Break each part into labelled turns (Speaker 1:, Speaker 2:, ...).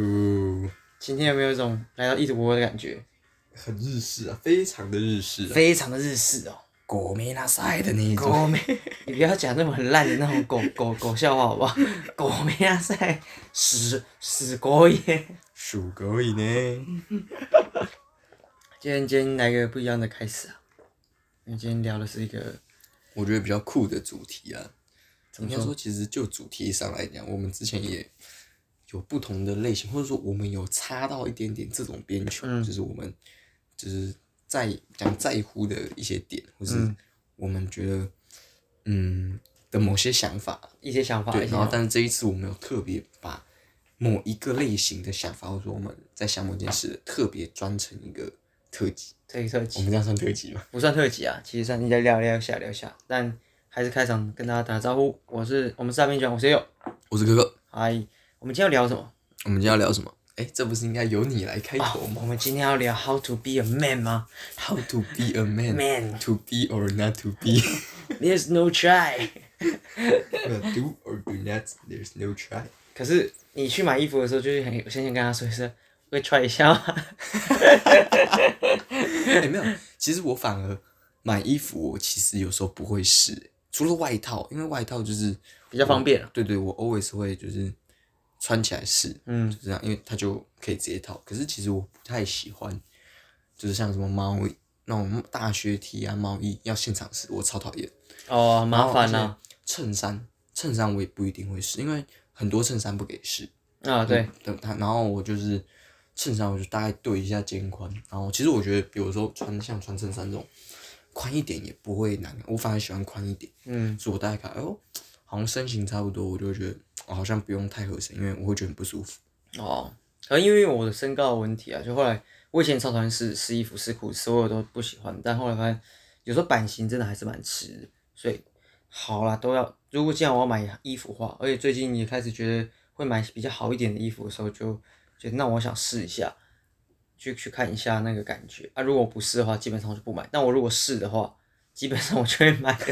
Speaker 1: 酷，
Speaker 2: 今天有没有一种来到异国的感觉？
Speaker 1: 很日式啊，非常的日式啊，
Speaker 2: 非常的日式哦。
Speaker 1: 狗没那塞的那一种。
Speaker 2: 狗没，你不要讲那么很烂的那种狗笑话好不好？狗没啊塞，死狗耶！
Speaker 1: 属狗以呢？
Speaker 2: 今天来个不一样的开始啊，因为今天聊的是一个
Speaker 1: 我觉得比较酷的主题啊。
Speaker 2: 怎么说
Speaker 1: 应该说，其实就主题上来讲，我们之前也有不同的类型，或者说我们有插到一点点这种边球，就是我们就是在乎的一些点，或是我们觉得的某些想法。
Speaker 2: 一些想法，
Speaker 1: 对，然后但是这一次我们有特别把某一个类型的想法，或者说我们在想某件事特别专成一个特辑。
Speaker 2: 这个特辑
Speaker 1: 我们这样算特辑吗？
Speaker 2: 不算特辑啊，其实算你再聊一下，但还是开场跟大家打个招呼，我们是大编卷，我是佑，
Speaker 1: 我是哥哥。
Speaker 2: 嗨，我们今天要聊什么？
Speaker 1: 我们今天要聊什么？这不是应该由你来开头吗？
Speaker 2: 我们今天要聊 How to be a man 吗
Speaker 1: ？How to be a man?
Speaker 2: Man.
Speaker 1: To be or not to be?
Speaker 2: ？There's no try 。
Speaker 1: Do or do not? There's no try.
Speaker 2: 可是你去买衣服的时候，就是先跟他说一声，会 try 一下吗？
Speaker 1: 没有，其实我反而买衣服，我其实有时候不会试，除了外套，因为外套就是
Speaker 2: 比较方便。
Speaker 1: 对，我 always 会就是穿起来试，就这样，因为它就可以直接套。可是其实我不太喜欢，就是像什么毛衣那种大学 T 啊、毛衣要现场试，我超讨厌。
Speaker 2: 哦，麻烦啊。
Speaker 1: 衬衫我也不一定会试，因为很多衬衫不给试。
Speaker 2: 啊，对。
Speaker 1: 然后我就是衬衫，我就大概对一下肩宽。然后其实我觉得，有时候穿衬衫这种宽一点也不会难看，我反而喜欢宽一点。所以我大概看，好像身形差不多，我就会觉得好像不用太合身，因为我会觉得很不舒服。
Speaker 2: 哦，可能因为我的身高的问题啊，就后来我以前超讨厌试衣服、试裤子，所有都不喜欢。但后来发现，有时候版型真的还是蛮吃的，所以好啦，都要。如果既然我要买衣服的话，而且最近也开始觉得会买比较好一点的衣服的时候，就觉得那我想试一下，去看一下那个感觉啊。如果我不试的话，基本上我就不买。但我如果试的话，基本上我就会买。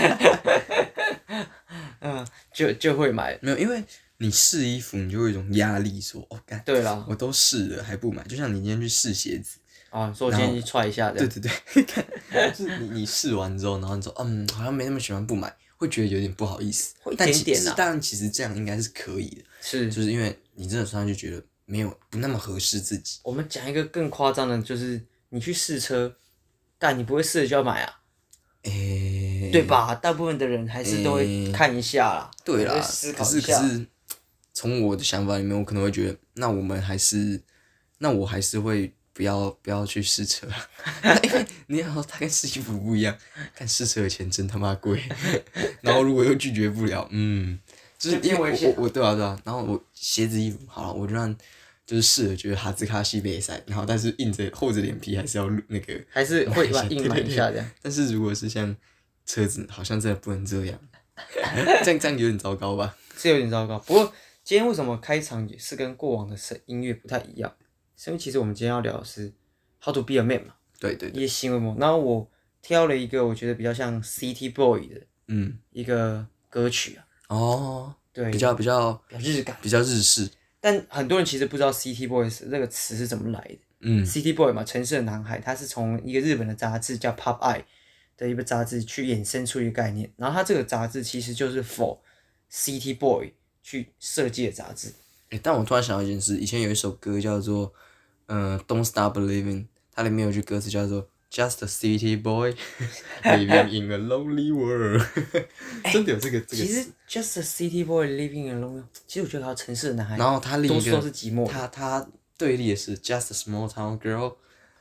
Speaker 2: 就会买。
Speaker 1: 没有，因为你试衣服，你就会有一种压力，说干，
Speaker 2: 对啦，
Speaker 1: 我都试了还不买，就像你今天去试鞋子。
Speaker 2: 啊，说我今天去 try 一下的。
Speaker 1: 对，就是你试完之后，然后你说好像没那么喜欢，不买，会觉得有点不好意思。
Speaker 2: 会一点点
Speaker 1: 但其实这样应该是可以的，就是因为你真的穿上去觉得不那么合适自己。
Speaker 2: 我们讲一个更夸张的，就是你去试车，但你不会试了就要买啊。对吧？大部分的人还是都会看一下啦，
Speaker 1: 对啦，
Speaker 2: 思考一下。
Speaker 1: 可是从我的想法里面，我可能会觉得，那我还是会不要去试车，因为你要它跟试衣服不一样，看试车的钱真他妈贵，然后如果又拒绝不了，就是因为我对啊，然后我鞋子衣服好了，我就让就是试了，觉得哈兹卡西没赛，然后但是厚着脸皮还是要那个，
Speaker 2: 还是会硬买一下的。
Speaker 1: 但是如果是像车子，好像真的不能这样，这样有点糟糕吧？
Speaker 2: 是有点糟糕。不过今天为什么开场也是跟过往的音乐不太一样？因为其实我们今天要聊的是 How to be a man 嘛，
Speaker 1: 对，
Speaker 2: 一些行为模。然后我挑了一个我觉得比较像 City Boy 的，一个歌曲啊。
Speaker 1: 哦，
Speaker 2: 对，
Speaker 1: 比较
Speaker 2: 日感，
Speaker 1: 比较日式。
Speaker 2: 但很多人其实不知道 City Boy 这个词是怎么来的。City Boy 嘛，城市的男孩，它是从一个日本的杂志叫 Pop Eye 的一个杂志去衍生出一个概念。然后它这个杂志其实就是 for City Boy 去设计的杂志。
Speaker 1: 但我突然想到一件事，以前有一首歌叫做Don't Stop Believing， 它里面有句歌词叫做 Just a city boy living in a lonely world， 真的有这个词。
Speaker 2: 其实 Just a city boy living alone， 其实我觉得他城市的男孩，
Speaker 1: 然后他另一个
Speaker 2: 都是寂寞。
Speaker 1: 他对立的是 Just a small town girl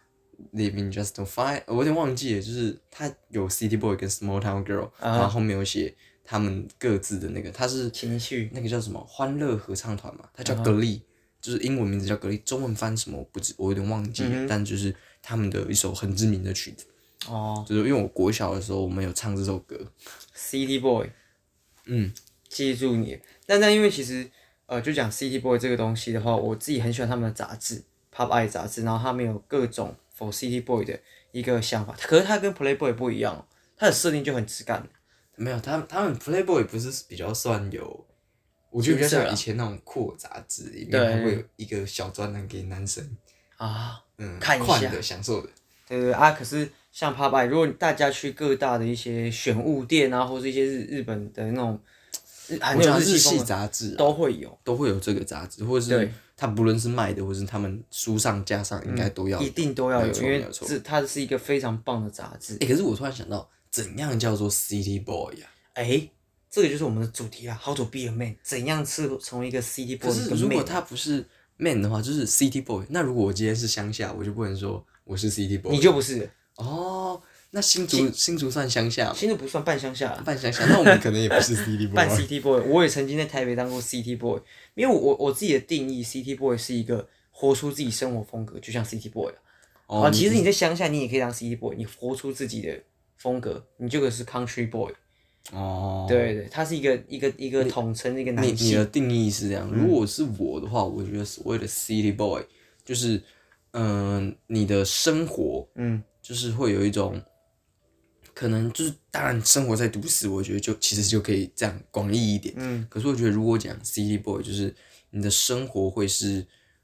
Speaker 1: living just to find， 我有点忘记了，就是他有 city boy 跟 small town girl，然后后面有写他们各自的那个，他是
Speaker 2: 情绪
Speaker 1: 那个叫什么欢乐合唱团嘛，他叫格力，就是英文名字叫格力，中文翻什么我有点忘记了，但就是他们的一首很知名的曲子。就是因为我国小的时候我们有唱这首歌
Speaker 2: City Boy， 记住你。但因为其实就讲 City Boy 这个东西的话，我自己很喜欢他们的杂志 Pop Eye 杂志，然后他们有各种 for City Boy 的一个想法，可是它跟 Playboy 不一样，它的设定就很直感。
Speaker 1: 没有，他们 Playboy 不是比较算有我觉得
Speaker 2: 比较像
Speaker 1: 像以前那种酷杂志里面
Speaker 2: 对
Speaker 1: 还会有一个小专栏给男生，
Speaker 2: 啊，看一下
Speaker 1: 看的享受的。
Speaker 2: 对啊，可是像 Popeye，如果大家去各大的一些选物店啊，或是一些日本的那种还
Speaker 1: 我觉得日系
Speaker 2: 有日系风格
Speaker 1: 杂志
Speaker 2: 都会有，
Speaker 1: 都会有这个杂志，或者是
Speaker 2: 对
Speaker 1: 它不论是卖的，或是他们书上架上应该都要有，
Speaker 2: 一定都要有，
Speaker 1: 没错
Speaker 2: 因为
Speaker 1: 没有错。
Speaker 2: 它是一个非常棒的杂志。
Speaker 1: 可是我突然想到，怎样叫做 City Boy 呀？
Speaker 2: 这个就是我们的主题啦，How to be a man，怎样是从一个 City
Speaker 1: 可
Speaker 2: boy 一个
Speaker 1: 是如果
Speaker 2: man，
Speaker 1: 他不是 man 的话，就是 City Boy。那如果我今天是乡下，我就不能说我是 City Boy。
Speaker 2: 你就不是，
Speaker 1: 哦，那新竹算乡下吗？
Speaker 2: 新的不算半乡下啦，
Speaker 1: 半乡下，那我们可能也不是 City Boy。
Speaker 2: 半 City boy。我也曾经在台北当过 City boy，因为我自己的定义，City boy 是一个活出自己生活风格，就像 City boy 啊。
Speaker 1: 哦，
Speaker 2: 其实你在乡下，你也可以当 City boy，你活出自己的风格，你这个是 Country boy。
Speaker 1: 哦，
Speaker 2: 对，它是一个统称，一个男
Speaker 1: 你的
Speaker 2: 性。
Speaker 1: 定义是这样。如果是我的话，我觉得所谓的 City Boy 就是，你的生活，就是会有一种，可能就是当然生活在都市，我觉得其实就可以这样广义一点。可是我觉得如果讲 City Boy，就是你的生活会是，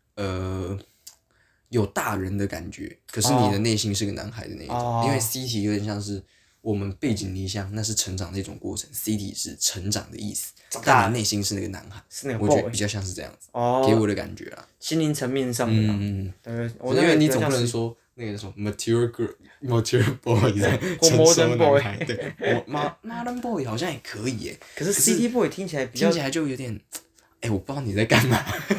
Speaker 1: 有大人的感觉，可是你的内心是个男孩的那一种。因为 City 有点像是我们背井离乡，那是成长的一种过程。City 是成长的意思，但你内心是那个男孩，
Speaker 2: 是那个
Speaker 1: 我觉
Speaker 2: boy
Speaker 1: 得比较像是这样子，
Speaker 2: 哦，
Speaker 1: 给我的感觉啦。
Speaker 2: 心灵层面上的啦。对，我
Speaker 1: 因为你总
Speaker 2: 比较像是
Speaker 1: 不能说那个什么 mature boy
Speaker 2: 或
Speaker 1: 成熟
Speaker 2: modern boy
Speaker 1: 男孩，对，modern boy 好像也可以耶，
Speaker 2: 可是 City boy 听起来比较
Speaker 1: 听起来就有点，我不知道你在干嘛，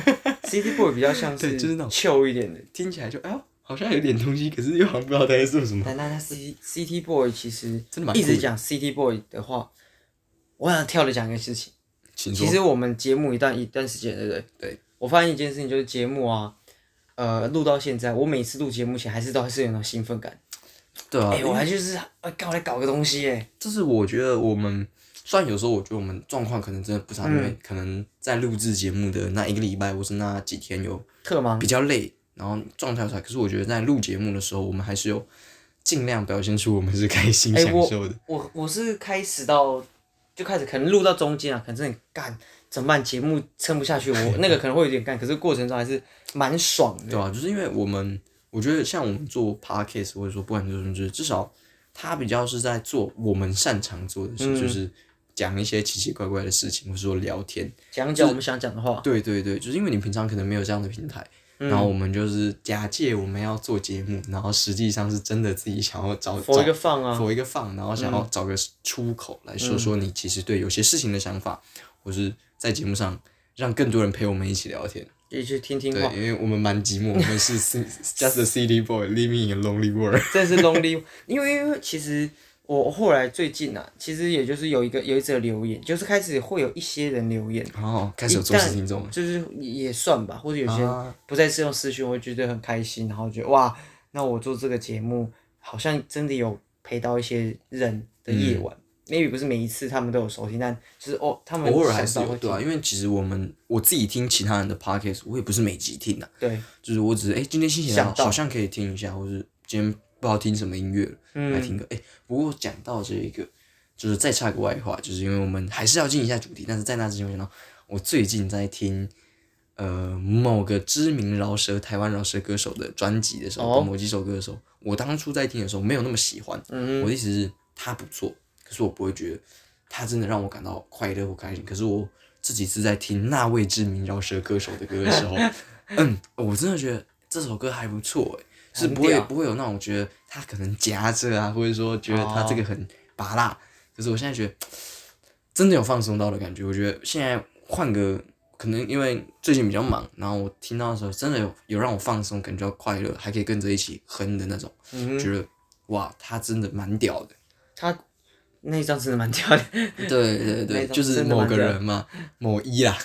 Speaker 2: City boy 比较像是
Speaker 1: 对就是那种
Speaker 2: 秀一点的。
Speaker 1: 听起来就好像有点东西，可是又好像不知道他在说什么。
Speaker 2: 但他 City boy 其实
Speaker 1: 真的蛮酷的
Speaker 2: 一直讲 City boy 的话，我想跳着讲一个事情。
Speaker 1: 请说。
Speaker 2: 其实我们节目一段时间，对不对？
Speaker 1: 对。
Speaker 2: 我发现一件事情，就是节目啊，录到现在，我每次录节目前还是有那种兴奋感。
Speaker 1: 对啊，
Speaker 2: 我还就是我来搞个东西哎。
Speaker 1: 就是我觉得我们虽然有时候我觉得我们状况可能真的不差，因为可能在录制节目的那一个礼拜或是那几天有
Speaker 2: 特忙
Speaker 1: 比较累，然后状态差。可是我觉得在录节目的时候，我们还是有尽量表现出我们是开心享受的。
Speaker 2: 我是开始可能录到中间啊，可能真的干怎么办？节目撑不下去，我那个可能会有点干，可是过程中还是蛮爽的。
Speaker 1: 对啊，就是因为我觉得像我们做 podcast 或者说不管做什么，就是至少他比较是在做我们擅长做的事，就是讲一些奇奇怪怪的事情，或者说聊天，
Speaker 2: 讲我们想讲的话。
Speaker 1: 对对对，就是因为你平常可能没有这样的平台，然后我们就是假借我们要做节目，然后实际上是真的自己想要找
Speaker 2: 佛一个放啊，
Speaker 1: 佛一个放，然后想要找个出口来说说你其实对有些事情的想法，或是在节目上让更多人陪我们一起聊天。
Speaker 2: 一起听听话。
Speaker 1: 对，因为我们蛮寂寞，我们是 just a city boy living in a lonely world。
Speaker 2: 真的是 lonely，因为其实我后来最近啊，其实也就是有一则留言，就是开始会有一些人留言，
Speaker 1: 开始有忠实听众，
Speaker 2: 就是也算吧，或者有些人不再是用私讯，我会觉得很开心，然后觉得哇，那我做这个节目好像真的有陪到一些人的夜晚。maybe 不是每一次他们都有收听，但就是他们
Speaker 1: 偶尔还是有，对啊，因为其实我自己听其他人的 podcast， 我也不是每集听啊，
Speaker 2: 对，
Speaker 1: 就是我只是今天心情好像可以听一下，或是今天不知道听什么音乐了，来听个不过讲到这一个，就是再插个外话，就是因为我们还是要进一下主题，但是在那之前，我想到我最近在听某个知名台湾饶舌歌手的专辑的时候，某几首歌的时候，我当初在听的时候没有那么喜欢，我的意思是他不错。可是我不会觉得他真的让我感到快乐或开心。可是我自己是在听那位知名饶舌歌手的歌的时候，我真的觉得这首歌还不错是不会有那种觉得他可能夹着啊，或者说觉得他这个很拔辣。可是我现在觉得真的有放松到的感觉。我觉得现在换个可能因为最近比较忙，然后我听到的时候真的有让我放松，感觉到快乐，还可以跟着一起哼的那种，觉得哇，他真的蛮屌的。
Speaker 2: 他那一张真的蛮屌的。
Speaker 1: 对对对，就是某个人嘛，某一啊。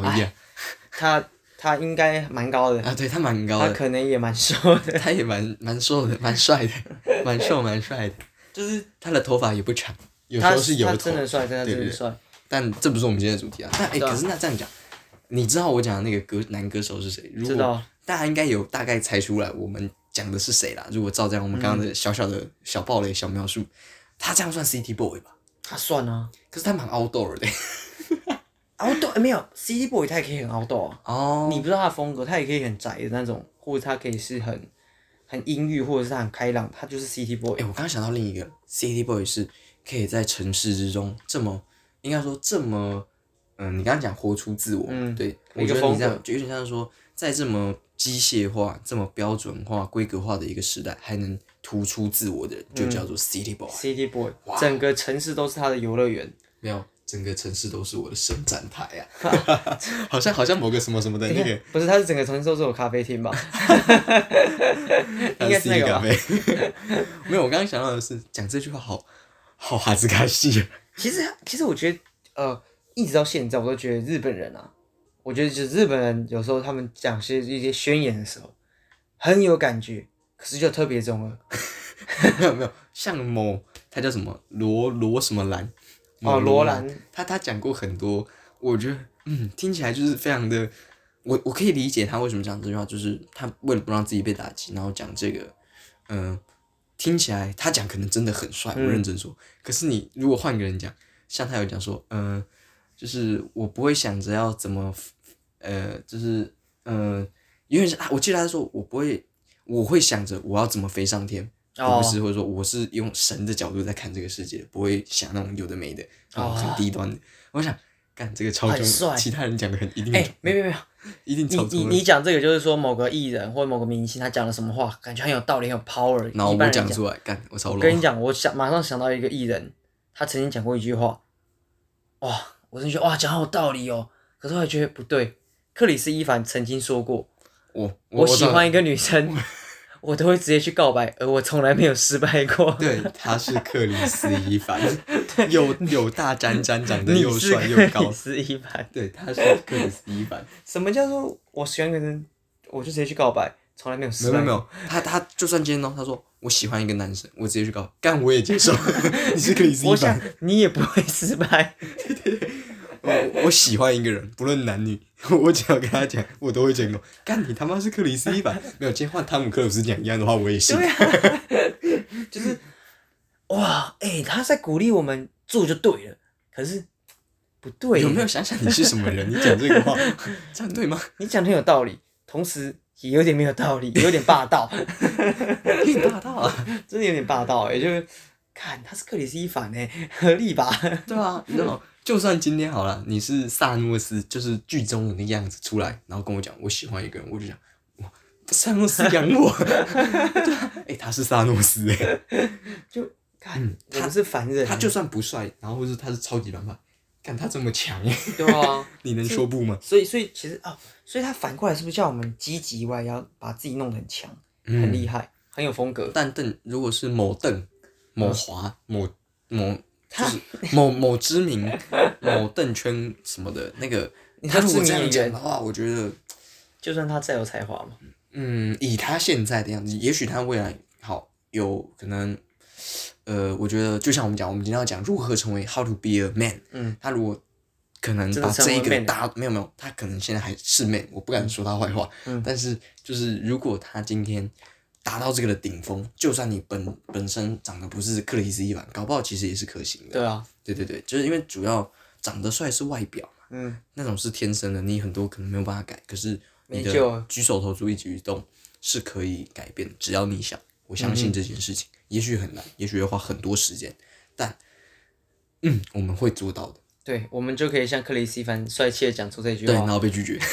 Speaker 2: 他应该蛮高的
Speaker 1: 啊，对他蛮高的，
Speaker 2: 他可能也蛮瘦的，
Speaker 1: 他也蛮瘦的，蛮帅的，蛮瘦蛮帅的，
Speaker 2: 就是
Speaker 1: 他的头发也不长，有时候是油头，
Speaker 2: 他真的帅，他真的帅。
Speaker 1: 但这不是我们今天的主题啊。但可是那这样讲，你知道我讲的那个男歌手是谁？
Speaker 2: 知道。
Speaker 1: 大家应该有大概猜出来我们讲的是谁啦。如果照这样我们刚刚的小小的小暴雷小描述。他这样算 City Boy 吧？
Speaker 2: 他算啊，
Speaker 1: 可是他蛮 outdoor 的。
Speaker 2: outdoor 没有 City Boy， 他也可以很 outdoor 啊。
Speaker 1: 哦，
Speaker 2: 你不知道他的风格，他也可以很宅的那种，或者他可以是很阴郁，或者是他很开朗，他就是 City Boy。
Speaker 1: 我刚刚想到另一个 City Boy 是可以在城市之中这么，应该说这么，你刚刚讲活出自我，对，我
Speaker 2: 一个风格
Speaker 1: 觉得你这样就有点像是说，在这么机械化、这么标准化、规格化的一个时代，还能突出自我的人，就叫做 City Boy。
Speaker 2: City Boy，整个城市都是他的游乐园。
Speaker 1: 没有，整个城市都是我的伸展台啊！好像某个什么什么的那个，
Speaker 2: 不是，他是整个城市都是有咖啡厅吧？应该是那个吧？
Speaker 1: 没有，我刚刚想到的是讲这句话好哈兹卡西啊。
Speaker 2: 其实我觉得，一直到现在，我都觉得日本人啊，我觉得就是日本人有时候他们讲一些宣言的时候，很有感觉，可是就特别中二。
Speaker 1: 没有，像他叫什么罗什么兰，
Speaker 2: 罗兰，
Speaker 1: 他讲过很多，我觉得听起来就是非常的，我可以理解他为什么讲这句话，就是他为了不让自己被打击，然后讲这个，听起来他讲可能真的很帅，我认真说，可是你如果换个人讲，像他有讲说，就是我不会想着要怎么，就是有点像，我记得他说我会想着我要怎么飞上天。而不是，或者说我是用神的角度在看这个世界，不会想那种有的没的，很低端的。我想，干这个超中，其他人讲的一定
Speaker 2: 没有，
Speaker 1: 一定超
Speaker 2: 你讲这个就是说某个艺人或者某个明星他讲了什么话，感觉很有道理，很有 power。
Speaker 1: 然后我讲出来，干我超 low。
Speaker 2: 我跟你讲，马上想到一个艺人，他曾经讲过一句话，哇，我真觉得哇讲好有道理哦，可是我还觉得不对。克里斯伊凡曾经说过，我喜欢一个女生。我都会直接去告白，而我从来没有失败过。
Speaker 1: 对，他是克里斯伊凡，有大沾长得又帅又高。
Speaker 2: 克里斯伊凡，
Speaker 1: 对，他是克里斯伊凡。
Speaker 2: 什么叫做我喜欢一个人，我就直接去告白，从来没有失败。
Speaker 1: 没有，他就算今天他说我喜欢一个男生，我直接去告，干我也接受。你是克里斯伊凡，
Speaker 2: 我想你也不会失败。
Speaker 1: 对。我喜欢一个人，不论男女，我只要跟他讲，我都会成功。干你他妈是克里斯伊凡，没有，今天换汤姆克鲁斯讲一样的话，我也信。
Speaker 2: 对啊，就是哇，他在鼓励我们做就对了，可是不对。
Speaker 1: 有没有想想你是什么人？你讲这个话，这样对吗？
Speaker 2: 你讲的很有道理，同时也有点没有道理，有点霸道。
Speaker 1: 有点霸道啊，
Speaker 2: 真的有点霸道就是看他是克里斯伊凡合理吧？
Speaker 1: 对啊，你知道。就算今天好了，你是萨诺斯，就是剧中的那个样子出来，然后跟我讲我喜欢一个人，我就讲，哇，萨诺斯养我，对啊，他是萨诺斯
Speaker 2: 就看他是凡人，
Speaker 1: 他就算不帅，然后或者他是超级反派，看他这么强
Speaker 2: 对啊，
Speaker 1: 你能说不吗？
Speaker 2: 所以其实所以他反过来是不是叫我们积极以外，要把自己弄得很强，很厉害，很有风格？
Speaker 1: 但如果是某华、某。就是某知名某邓圈什么的那个，他如果这样讲的话，我觉得，
Speaker 2: 就算他再有才华嘛，
Speaker 1: 以他现在的样子，也许他未来好有可能，我觉得就像我们今天要讲如何成为 How to be a man，他如果可能把这一个没有，他可能现在还是 man，我不敢说他坏话，但是就是如果他今天。达到这个的顶峰，就算你本身长得不是克里斯伊凡，搞不好其实也是可行的。
Speaker 2: 对啊，
Speaker 1: 对，就是因为主要长得帅是外表嘛，那种是天生的，你很多可能没有办法改，可是你的举手投足一举一动是可以改变，只要你想，我相信这件事情，也许很难，也许会花很多时间，但我们会做到的。
Speaker 2: 对，我们就可以像克里斯伊凡帅气的讲出这句话，
Speaker 1: 对，然后被拒绝，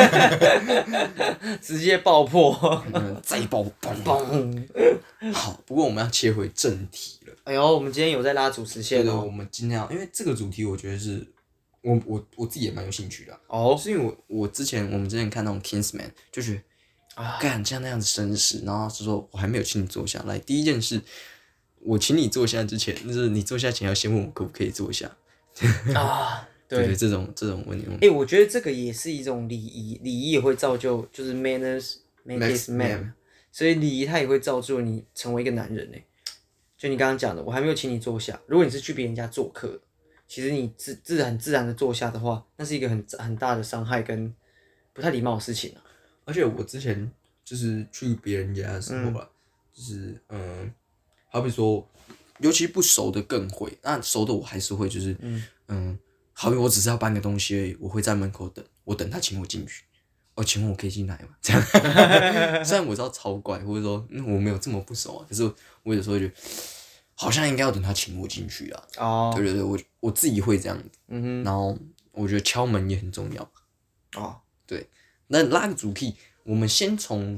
Speaker 2: 直接爆破，
Speaker 1: 再爆嘣。好，不过我们要切回正题了。
Speaker 2: 哎呦，我们今天有在拉主持线
Speaker 1: 对，我们今天因为这个主题，我觉得是我自己也蛮有兴趣的。是因为我们之前看那种 Kingsman， 就觉得干像那样子绅士，然后是说我还没有请你坐下来。第一件事，我请你坐下之前，就是你坐下前要先问我可不可以坐下。对，这种问题。
Speaker 2: 我觉得这个也是一种礼仪，礼仪也会造就就是 manners makes man， 所以礼仪它也会造就你成为一个男人就你刚刚讲的，我还没有请你坐下，如果你是去别人家做客，其实你自然的坐下的话，那是一个很大的伤害跟不太礼貌的事情
Speaker 1: 而且我之前就是去别人家的时候吧，就是好比说。尤其不熟的更会，那熟的我还是会就是好比我只是要搬个东西而已，我会在门口等，我等他请我进去。哦，请问我可以进来吗？这样，虽然我知道超怪，或者说我没有这么不熟啊，可是我有时候觉得好像应该要等他请我进去啊。
Speaker 2: 哦，
Speaker 1: 对对对，我自己会这样子。
Speaker 2: 嗯
Speaker 1: 然后我觉得敲门也很重要。
Speaker 2: 哼，哦，
Speaker 1: 对，那拉个主 key，我们先从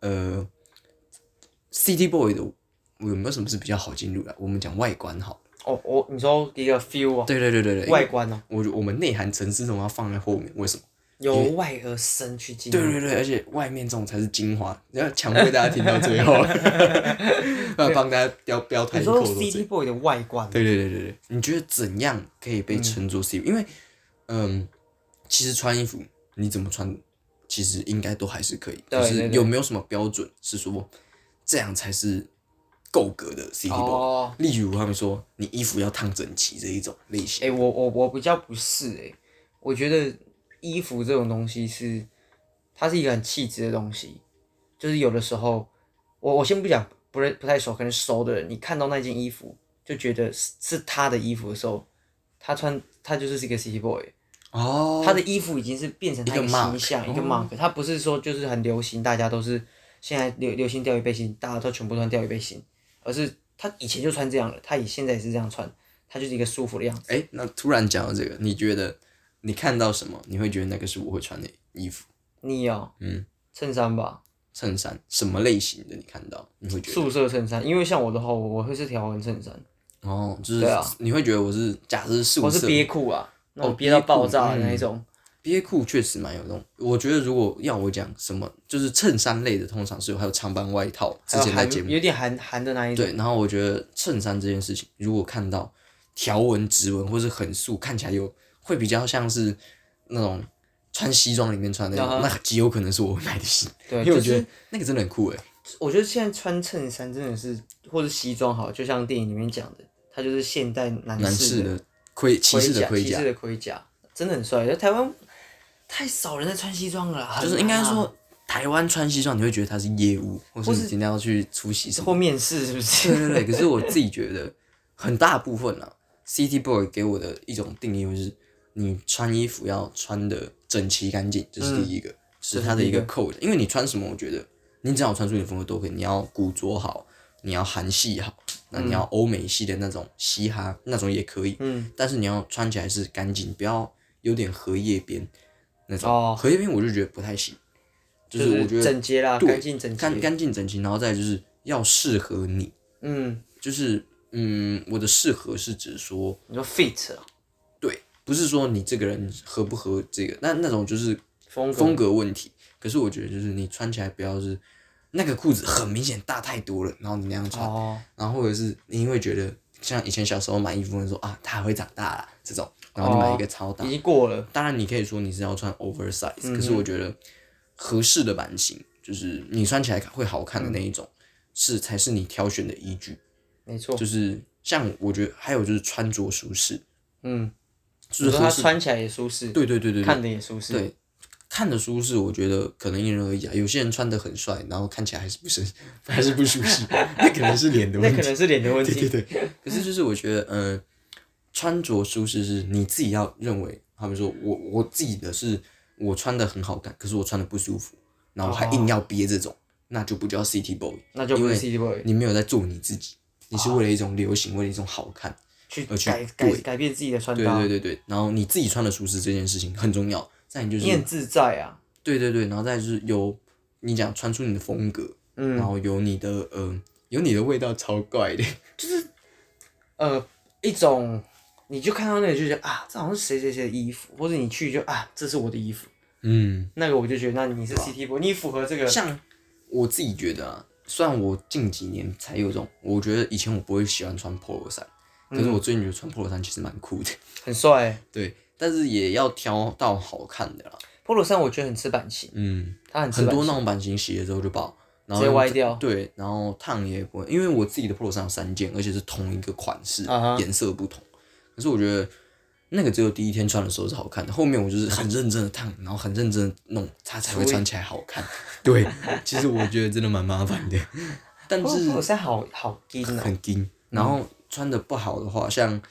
Speaker 1: City Boy 的有没有什么是比较好进入的？我们讲外观好了。
Speaker 2: 哦，你说一个 feel 哦，
Speaker 1: 对对对对对，
Speaker 2: 外观哦，
Speaker 1: 我们内涵层次总要放在后面，为什么？
Speaker 2: 由外而深去进入。
Speaker 1: 对对对，而且外面这种才是精华，你要强迫大家听到最后，要帮大家标台
Speaker 2: 你说
Speaker 1: 词扣都
Speaker 2: City Boy 的外观，
Speaker 1: 对对对对对，你觉得怎样可以被称作 City？因为其实穿衣服你怎么穿，其实应该都还是可以，
Speaker 2: 对
Speaker 1: 就是
Speaker 2: 对对
Speaker 1: 有没有什么标准是说这样才是够格的 City Boy？
Speaker 2: 哦，
Speaker 1: 例如他们说你衣服要烫整齐这一种类型。
Speaker 2: 哎，我比较不是哎，我觉得衣服这种东西它是一个很气质的东西，就是有的时候，我先不讲不太熟，可能熟的人，你看到那件衣服就觉得是他的衣服的时候，他就是一个 City Boy，
Speaker 1: 哦，
Speaker 2: 他的衣服已经是变成他
Speaker 1: 一个
Speaker 2: 形象
Speaker 1: mark，
Speaker 2: 一个 mark，他不是说就是很流行，大家都是现在流行钓鱼背心，大家都全部穿钓鱼背心，而是他以前就穿这样了，他现在也是这样穿，他就是一个舒服的样子。
Speaker 1: 哎，那突然讲到这个，你觉得你看到什么，你会觉得那个是我会穿的衣服？
Speaker 2: 你哦，衬衫吧，
Speaker 1: 衬衫什么类型的？你看到你会觉得？
Speaker 2: 素色衬衫，因为像我的话，我会是条纹衬衫，
Speaker 1: 哦，就是
Speaker 2: 对啊
Speaker 1: 你会觉得我是假设是素色
Speaker 2: 我是憋裤啊，那种憋到爆炸的那一种。
Speaker 1: 憋裤确实蛮有用。我觉得如果要我讲什么，就是衬衫类的，通常是还有长版外套，之前在节目
Speaker 2: 有点韩的那一种。
Speaker 1: 对，然后我觉得衬衫这件事情，如果看到条纹、直纹或是很素，看起来会比较像是那种穿西装里面穿的那种，那极有可能是我会买的西，
Speaker 2: 对，
Speaker 1: 因为我觉得那个真的很酷诶。
Speaker 2: 我觉得现在穿衬衫真的是，或者西装好，就像电影里面讲的，它就是现代男士
Speaker 1: 的骑士的盔甲，
Speaker 2: 骑士的盔甲真的很帅。在台湾太少人在穿西装了啦，
Speaker 1: 就是应该说台湾穿西装，你会觉得他是业务，或是你今天要去出席什么
Speaker 2: 或面试是不是？
Speaker 1: 对对对，可是我自己觉得很大部分啊，City Boy 给我的一种定义就是你穿衣服要穿的整齐干净，这是第一个，是它的一个 code。因为你穿什么，我觉得你只要穿出你的风格都可以。你要古着好，你要韩系好，那你要欧美系的那种嘻哈那种也可以。但是你要穿起来是干净，不要有点荷叶边那种。荷叶边我就觉得不太行，就是我觉得
Speaker 2: 整洁啦，干净整洁，
Speaker 1: 干净整齐，然后再就是要适合你。就是我的适合是指说，
Speaker 2: 你说 fit 啊，
Speaker 1: 对，不是说你这个人合不合这个，那种就是
Speaker 2: 风
Speaker 1: 格问题。可是我觉得就是你穿起来不要是那个裤子很明显大太多了，然后你那样穿，然后或者是你会觉得像以前小时候买衣服会说啊，它还会长大啦这种，然后你买一个超大，
Speaker 2: 已经过了。
Speaker 1: 当然你可以说你是要穿 oversize，可是我觉得合适的版型就是你穿起来会好看的那一种，才是你挑选的依据。
Speaker 2: 没错，
Speaker 1: 就是像我觉得还有就是穿着舒适，
Speaker 2: 就是它穿起来也舒适，
Speaker 1: 对，
Speaker 2: 看的也舒适，
Speaker 1: 对，看的舒适，我觉得可能因人而异啊。有些人穿的很帅，然后看起来还是不舒适，那可能是脸的问题。
Speaker 2: 那可能是脸的问题。
Speaker 1: 对。可是就是我觉得，穿着舒适是你自己要认为，他们说我自己的是我穿的很好看，可是我穿的不舒服，然后还硬要憋这种，那就不叫 City Boy，
Speaker 2: 那就不是 City Boy，
Speaker 1: 你没有在做你自己，你是为了一种流行，为了一种好看。
Speaker 2: 去改变自己的穿搭，
Speaker 1: 对，然后你自己穿的舒适这件事情很重要。再就是
Speaker 2: 你很自在啊，
Speaker 1: 对，然后再就是你讲穿出你的风格，然后有你的味道超怪的，
Speaker 2: 就是一种你就看到那个就觉得啊，这好像是谁谁谁的衣服，或者你去就啊，这是我的衣服，那个我就觉得那你是 City Boy，你符合这个。
Speaker 1: 像我自己觉得啊，虽然我近几年才有这种，我觉得以前我不会喜欢穿 polo 衫。可是我最近觉得穿 polo 衫其实蛮酷的，
Speaker 2: 很帅欸。
Speaker 1: 对，但是也要挑到好看的啦。
Speaker 2: polo 衫我觉得很吃版型，它很
Speaker 1: 多那种版型洗了之后就爆，然后
Speaker 2: 直接歪掉。
Speaker 1: 对，然后烫也不会，因为我自己的 polo 衫有3件，而且是同一个款式，颜色不同。可是我觉得那个只有第一天穿的时候是好看的，后面我就是很认真的烫，然后很认真的弄，它才会穿起来好看。对，其实我觉得真的蛮麻烦的，但是
Speaker 2: polo 衫好硬啊，
Speaker 1: 很硬，然后。穿的不好的话，像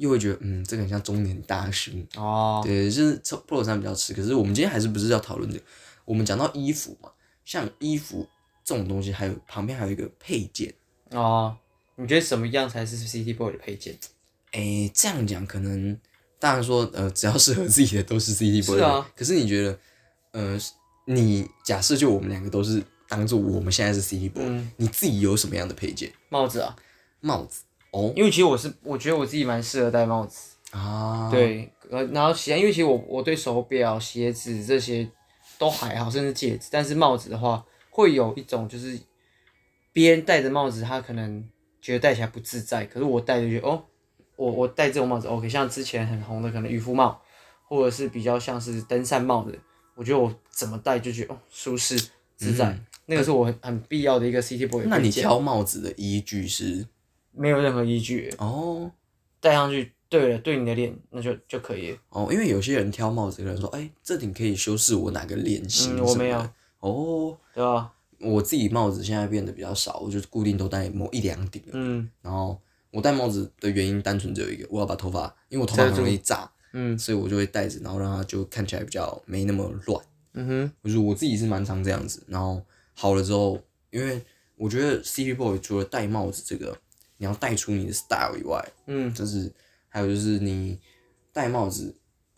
Speaker 1: 又会觉得这个很像中年大叔。
Speaker 2: 哦，
Speaker 1: 对，就是 Polo 衫比较吃。可是我们今天还是不是要讨论这个？我们讲到衣服嘛，像衣服这种东西，还有旁边还有一个配件。
Speaker 2: 哦，你觉得什么样才是 City Boy 的配件？
Speaker 1: 这样讲可能，当然说只要适合自己的都是 City Boy。
Speaker 2: 是啊。
Speaker 1: 可是你觉得，你假设就我们两个都是当做我们现在是 City Boy，你自己有什么样的配件？
Speaker 2: 帽子啊，
Speaker 1: 帽子哦
Speaker 2: 因为其实我觉得我自己蛮适合戴帽子。
Speaker 1: 啊，
Speaker 2: 对，然后因为其实我对手表、鞋子这些都还好，甚至戒指，但是帽子的话，会有一种就是别人戴着帽子，他可能觉得戴起来不自在，可是我戴就觉得哦，我戴这种帽子 OK，像之前很红的可能渔夫帽，或者是比较像是登山帽的，我觉得我怎么戴就觉得哦舒适自在，那个是我很必要的一个 City Boy 的
Speaker 1: 那你
Speaker 2: 配件
Speaker 1: 挑帽子的依据是？
Speaker 2: 没有任何依据，
Speaker 1: 哦
Speaker 2: 戴上去对了，对你的脸那就可以了。
Speaker 1: 哦，因为有些人挑帽子，可能说，这顶可以修饰我哪个脸型
Speaker 2: 我没有
Speaker 1: 什么的。哦，
Speaker 2: 对吧？
Speaker 1: 我自己帽子现在变得比较少，我就固定都戴某一两顶。然后我戴帽子的原因单纯只有一个，我要把头发，因为我头发很容易炸，所以我就会戴着，然后让它就看起来比较没那么乱。就是我自己是蛮常这样子，然后好了之后，因为我觉得 City Boy 除了戴帽子这个，你要戴出你的 style 以外，就是还有就是你戴帽子，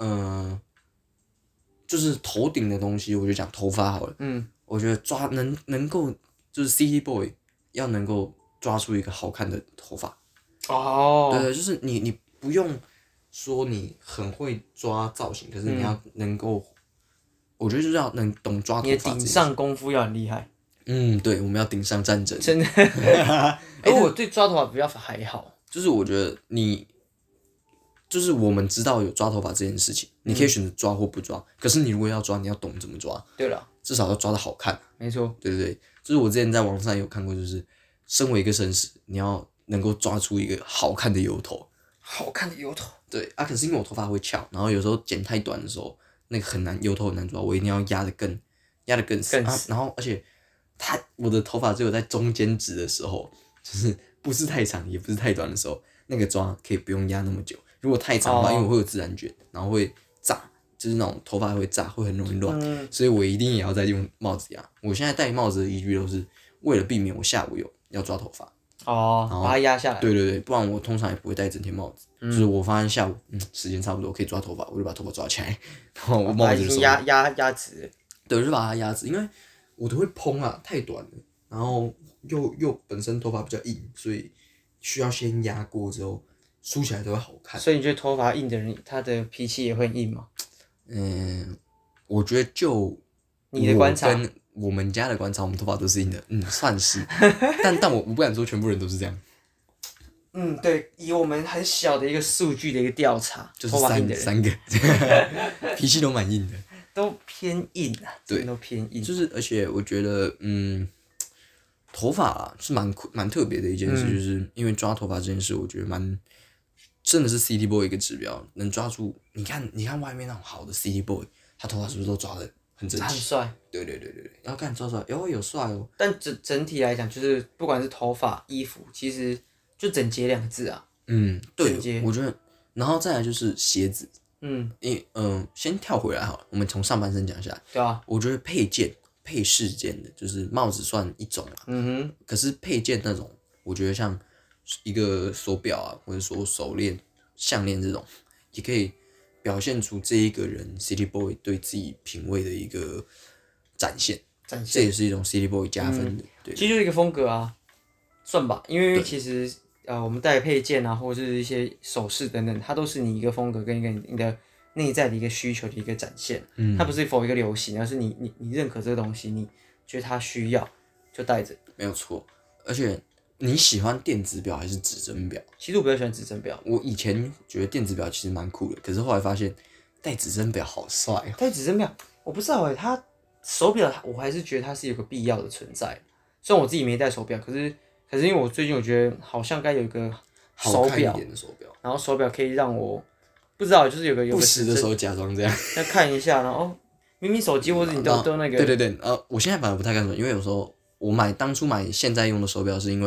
Speaker 1: 就是头顶的东西，我就讲头发好了。我觉得能够就是 City Boy 要能够抓出一个好看的头发。
Speaker 2: 哦，
Speaker 1: 对，就是你不用说你很会抓造型，可是你要能够，我觉得就是要能懂抓头
Speaker 2: 你的
Speaker 1: 发这件事。
Speaker 2: 顶上功夫要很厉害，
Speaker 1: 对，我们要顶上战争。
Speaker 2: 真的。我对抓头发比较还好，
Speaker 1: 就是我觉得就是我们知道有抓头发这件事情，你可以选择抓或不抓。可是你如果要抓，你要懂怎么抓。
Speaker 2: 对了，
Speaker 1: 至少要抓的好看。
Speaker 2: 没错，
Speaker 1: 对对对，就是我之前在网上有看过，就是身为一个绅士，你要能够抓出一个好看的油头。
Speaker 2: 好看的油头。
Speaker 1: 对啊，可是因为我头发会翘，然后有时候剪太短的时候，那个很难，油头很难抓，我一定要压得更死啊。然后而且我的头发只有在中间值的时候，就是不是太长也不是太短的时候，那个抓可以不用压那么久。如果太长的话，因为我会有自然卷，然后会炸，就是那种头发会炸，会很容易乱，所以我一定也要再用帽子压。我现在戴帽子的依据都是为了避免我下午要抓头发。
Speaker 2: 把它压下来。
Speaker 1: 对对对，不然我通常也不会戴整天帽子。就是我发现下午时间差不多可以抓头发，我就把头发抓起来，然后我帽子就收。
Speaker 2: 压直。
Speaker 1: 对，我就把它压直，因为我都会蓬啊，太短了，然后又本身头发比较硬，所以需要先压过之后梳起来都会好看。
Speaker 2: 所以你觉得头发硬的人，他的脾气也会硬吗？
Speaker 1: 我觉得就
Speaker 2: 你的观察，
Speaker 1: 跟我们家的观察，我们头发都是硬的，算是，但我不敢说全部人都是这样。
Speaker 2: 对，以我们很小的一个数据的一个调查，
Speaker 1: 就是
Speaker 2: 头发硬的人
Speaker 1: 三个，脾气都蛮硬的，
Speaker 2: 都偏硬啊，
Speaker 1: 对，
Speaker 2: 都偏硬。
Speaker 1: 就是而且我觉得，头发啊是蛮特别的一件事，就是因为抓头发这件事，我觉得真的是 City Boy 一个指标，能抓住。你看外面那种好的 City Boy，他头发是不是都抓的很整齐？
Speaker 2: 很帅。
Speaker 1: 对，然后看抓出来，有帅哦。
Speaker 2: 但整体来讲，就是不管是头发、衣服，其实就整洁2个字啊。
Speaker 1: 对，我觉得，然后再来就是鞋子。先跳回来好了，我们从上半身讲下来。
Speaker 2: 对啊。
Speaker 1: 我觉得配饰件的，就是帽子算一种啦。可是配件那种，我觉得像一个手表啊，或者说手链、项链这种，也可以表现出这一个人 City Boy 对自己品味的一个展现。这也是一种 City Boy 加分的。对，
Speaker 2: 其实就是一个风格啊，算吧。因为其实我们戴配件啊，或者是一些首饰等等，它都是你一个风格跟一个你的内在的一个需求的一个展现。它不是否一个流行，而是你认可这个东西，你觉得它需要就戴着。
Speaker 1: 没有错。而且你喜欢电子表还是指针表？
Speaker 2: 其实我比较喜欢指针表。
Speaker 1: 我以前觉得电子表其实蛮酷的，可是后来发现戴指针表好帅哦。
Speaker 2: 戴指针表，我不知道它手表我还是觉得它是有个必要的存在。虽然我自己没戴手表，可是因为我最近我觉得好像该有一个手表，
Speaker 1: 一点的手表，
Speaker 2: 然后手表可以让我不知道，就是有个
Speaker 1: 不时的时候假装这样，
Speaker 2: 要看一下，然后明明手机或者你都那个。
Speaker 1: 对，我现在反而不太看手，因为有时候当初买现在用的手表是因为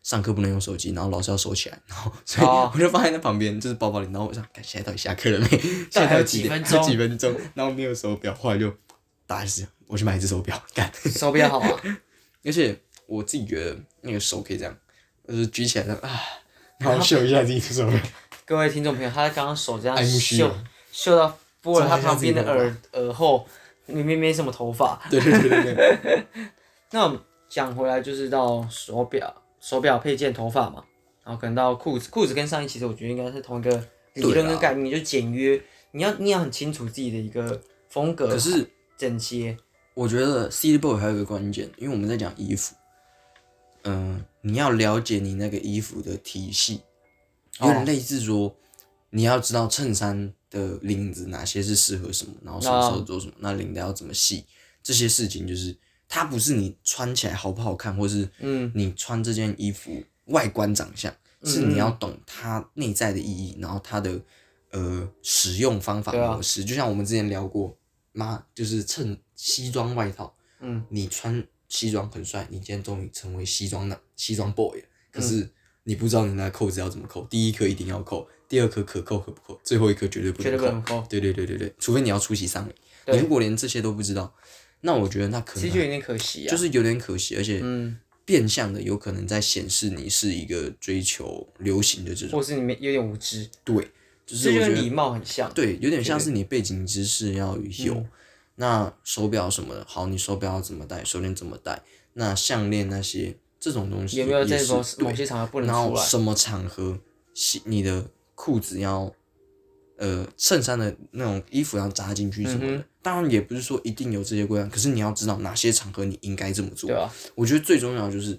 Speaker 1: 上课不能用手机，然后老师要收起来，然后所以
Speaker 2: 哦
Speaker 1: 我就放在那旁边，就是包包里，然后我想，看现在到底下课了没？现
Speaker 2: 到底还有
Speaker 1: 在几点？
Speaker 2: 几分钟
Speaker 1: 还有几分钟？然后没有手表，后来就打死，我去买一只手表，干。
Speaker 2: 手比较好啊。
Speaker 1: 而且我自己觉得那个手可以这样，就是举起来的啊，然后秀一下自己的手表，
Speaker 2: 各位听众朋友，他刚刚手这样
Speaker 1: 爱慕虚
Speaker 2: 秀
Speaker 1: 荣。
Speaker 2: 秀到拨了他旁边的
Speaker 1: 抓一下
Speaker 2: 耳后，明明没什么头发。
Speaker 1: 对对对对对，
Speaker 2: 那我们讲回来就是到手表配件、头发嘛，然后可能到裤子，裤子跟上衣其实我觉得应该是同一个理论跟概念，就是简约。你要很清楚自己的一个风格，
Speaker 1: 可是
Speaker 2: 整洁。
Speaker 1: 我觉得 City Boy 还有一个关键，因为我们在讲衣服，你要了解你那个衣服的体系，有点类似说，你要知道衬衫的领子哪些是适合什么，然后什么时候做什么，那领带要怎么系，这些事情就是它不是你穿起来好不好看，或是你穿这件衣服外观长相，是你要懂它内在的意义，然后它的使用方法模式，就像我们之前聊过，就是衬西装外套，你穿西装很帅，你今天终于成为西装 boy 了，可是你不知道你那扣子要怎么扣，第一颗一定要扣，第二颗可扣可不扣，最后一颗绝对不能扣。对对对对对，除非你要出席丧礼，你如果连这些都不知道，那我觉得那可能
Speaker 2: 其实就有点可惜啊，
Speaker 1: 就是有点可惜，而且变相的有可能在显示你是一个追求流行的这种，
Speaker 2: 或是你们有点无知，
Speaker 1: 对，就是我觉得
Speaker 2: 这就跟礼貌很像。
Speaker 1: 对，有点像是你背景知识要有。那手表什么的，好，你手表要怎么戴，手链怎么戴，那项链那些这种东西
Speaker 2: 有没有在某
Speaker 1: 对
Speaker 2: 些场合不能
Speaker 1: 然后
Speaker 2: 出来？
Speaker 1: 什么场合，你的裤子要，衬衫的那种衣服要扎进去什么的。当然也不是说一定有这些规范，可是你要知道哪些场合你应该这么做。
Speaker 2: 对啊，
Speaker 1: 我觉得最重要的就是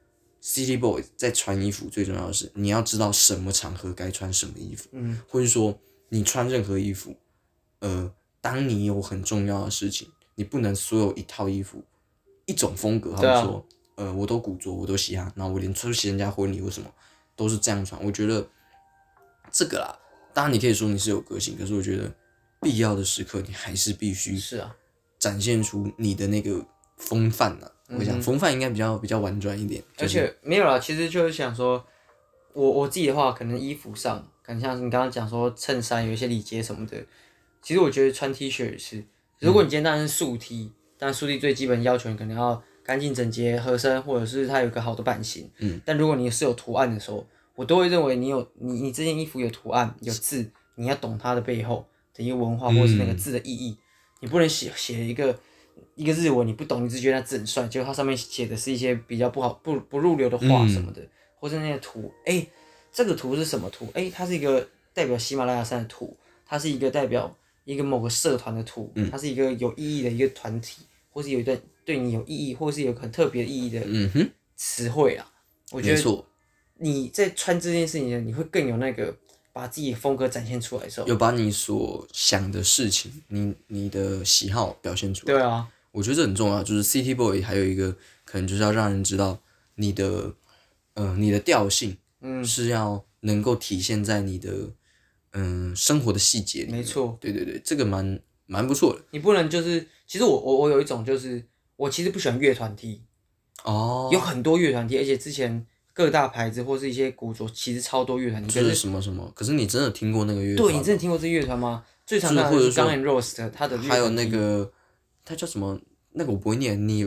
Speaker 1: ，City Boy 在穿衣服最重要的是你要知道什么场合该穿什么衣服，或者说你穿任何衣服，当你有很重要的事情，你不能所有一套衣服一种风格，好比说，我都古着，我都嘻哈，然后我连出席人家婚礼或什么都是这样穿。我觉得这个啦，当然你可以说你是有个性，可是我觉得必要的时刻你还是必须
Speaker 2: 是啊，
Speaker 1: 展现出你的那个风范呐。我想风范应该比较婉转一点，
Speaker 2: 而且没有啦，其实就是想说，我自己的话，可能衣服上，可能像你刚刚讲说衬衫有一些礼节什么的，其实我觉得穿 T 恤也是，如果你今天当然是素 T，当然素 T 最基本要求你可能要干净整洁、合身，或者是它有一个好的版型。但如果你是有图案的时候，我都会认为你这件衣服有图案有字，你要懂它的背后的一个文化，或者是那个字的意义。你不能写一个日文，你不懂，你只觉得那字很帅，结果它上面写的是一些比较不入流的话什么的，或是那些图，这个图是什么图？它是一个代表喜马拉雅山的图，它是一个代表一个某个社团的图，它是一个有意义的一个团体，或是有一段对你有意义，或是有很特别意义的词汇啊。我觉得你在穿这件事情，你会更有那个把自己的风格展现出来的时候，
Speaker 1: 有把你所想的事情，你的喜好表现出来。
Speaker 2: 对啊，
Speaker 1: 我觉得这很重要。就是 City Boy 还有一个可能就是要让人知道你的调性，是要能够体现在你的生活的细节里面。
Speaker 2: 没错，
Speaker 1: 对对对，这个蛮不错的。
Speaker 2: 你不能就是，其实我有一种就是我其实不喜欢乐团 T，有很多乐团 T，而且之前各大牌子或是一些古着其实超多乐团 T，
Speaker 1: 就是什么什么，可是你真的听过那个乐团？
Speaker 2: 对，你真的听过这乐团吗？最常看的是 Guns N' Roses 它的乐团 T，
Speaker 1: 还有那个它叫什么？那个我不会念，你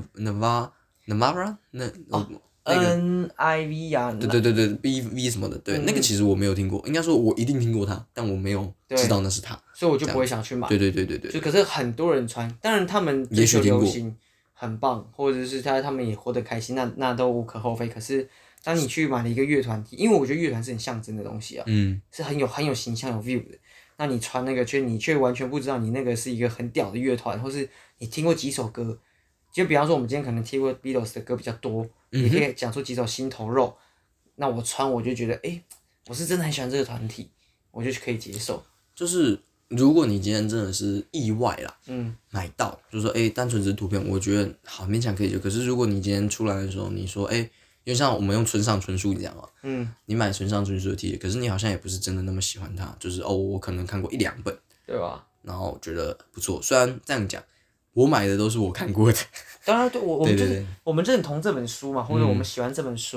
Speaker 1: Navara 那
Speaker 2: NIV 啊，
Speaker 1: 对 V 什么的，对，那个其实我没有听过，应该说我一定听过它，但我没有知道那是它，
Speaker 2: 所以我就不会想去买。
Speaker 1: 对，
Speaker 2: 就可是很多人穿，当然他们追求流行很棒，或者是他们也活得开心，那都无可厚非。可是当你去买了一个乐团 T，因为我觉得乐团是很象征的东西啊，是很有形象有 view 的。那你穿那个你却完全不知道你那个是一个很屌的乐团，或是你听过几首歌。就比方说我们今天可能听过 Beatles 的歌比较多，也可以讲出几首心头肉。那我穿我就觉得，我是真的很喜欢这个团体，我就可以接受。
Speaker 1: 就是如果你今天真的是意外啦，买到，就是说单纯只是图片，我觉得好勉强可以就。可是如果你今天出来的时候，你说因为像我们用村上春树讲嘛，你买村上春树的 T， 可是你好像也不是真的那么喜欢他，就是我可能看过1-2本，
Speaker 2: 对吧？
Speaker 1: 然后觉得不错，虽然这样讲。我买的都是我看过的，
Speaker 2: 当然，对我们就是我们认同这本书嘛，或者我们喜欢这本书，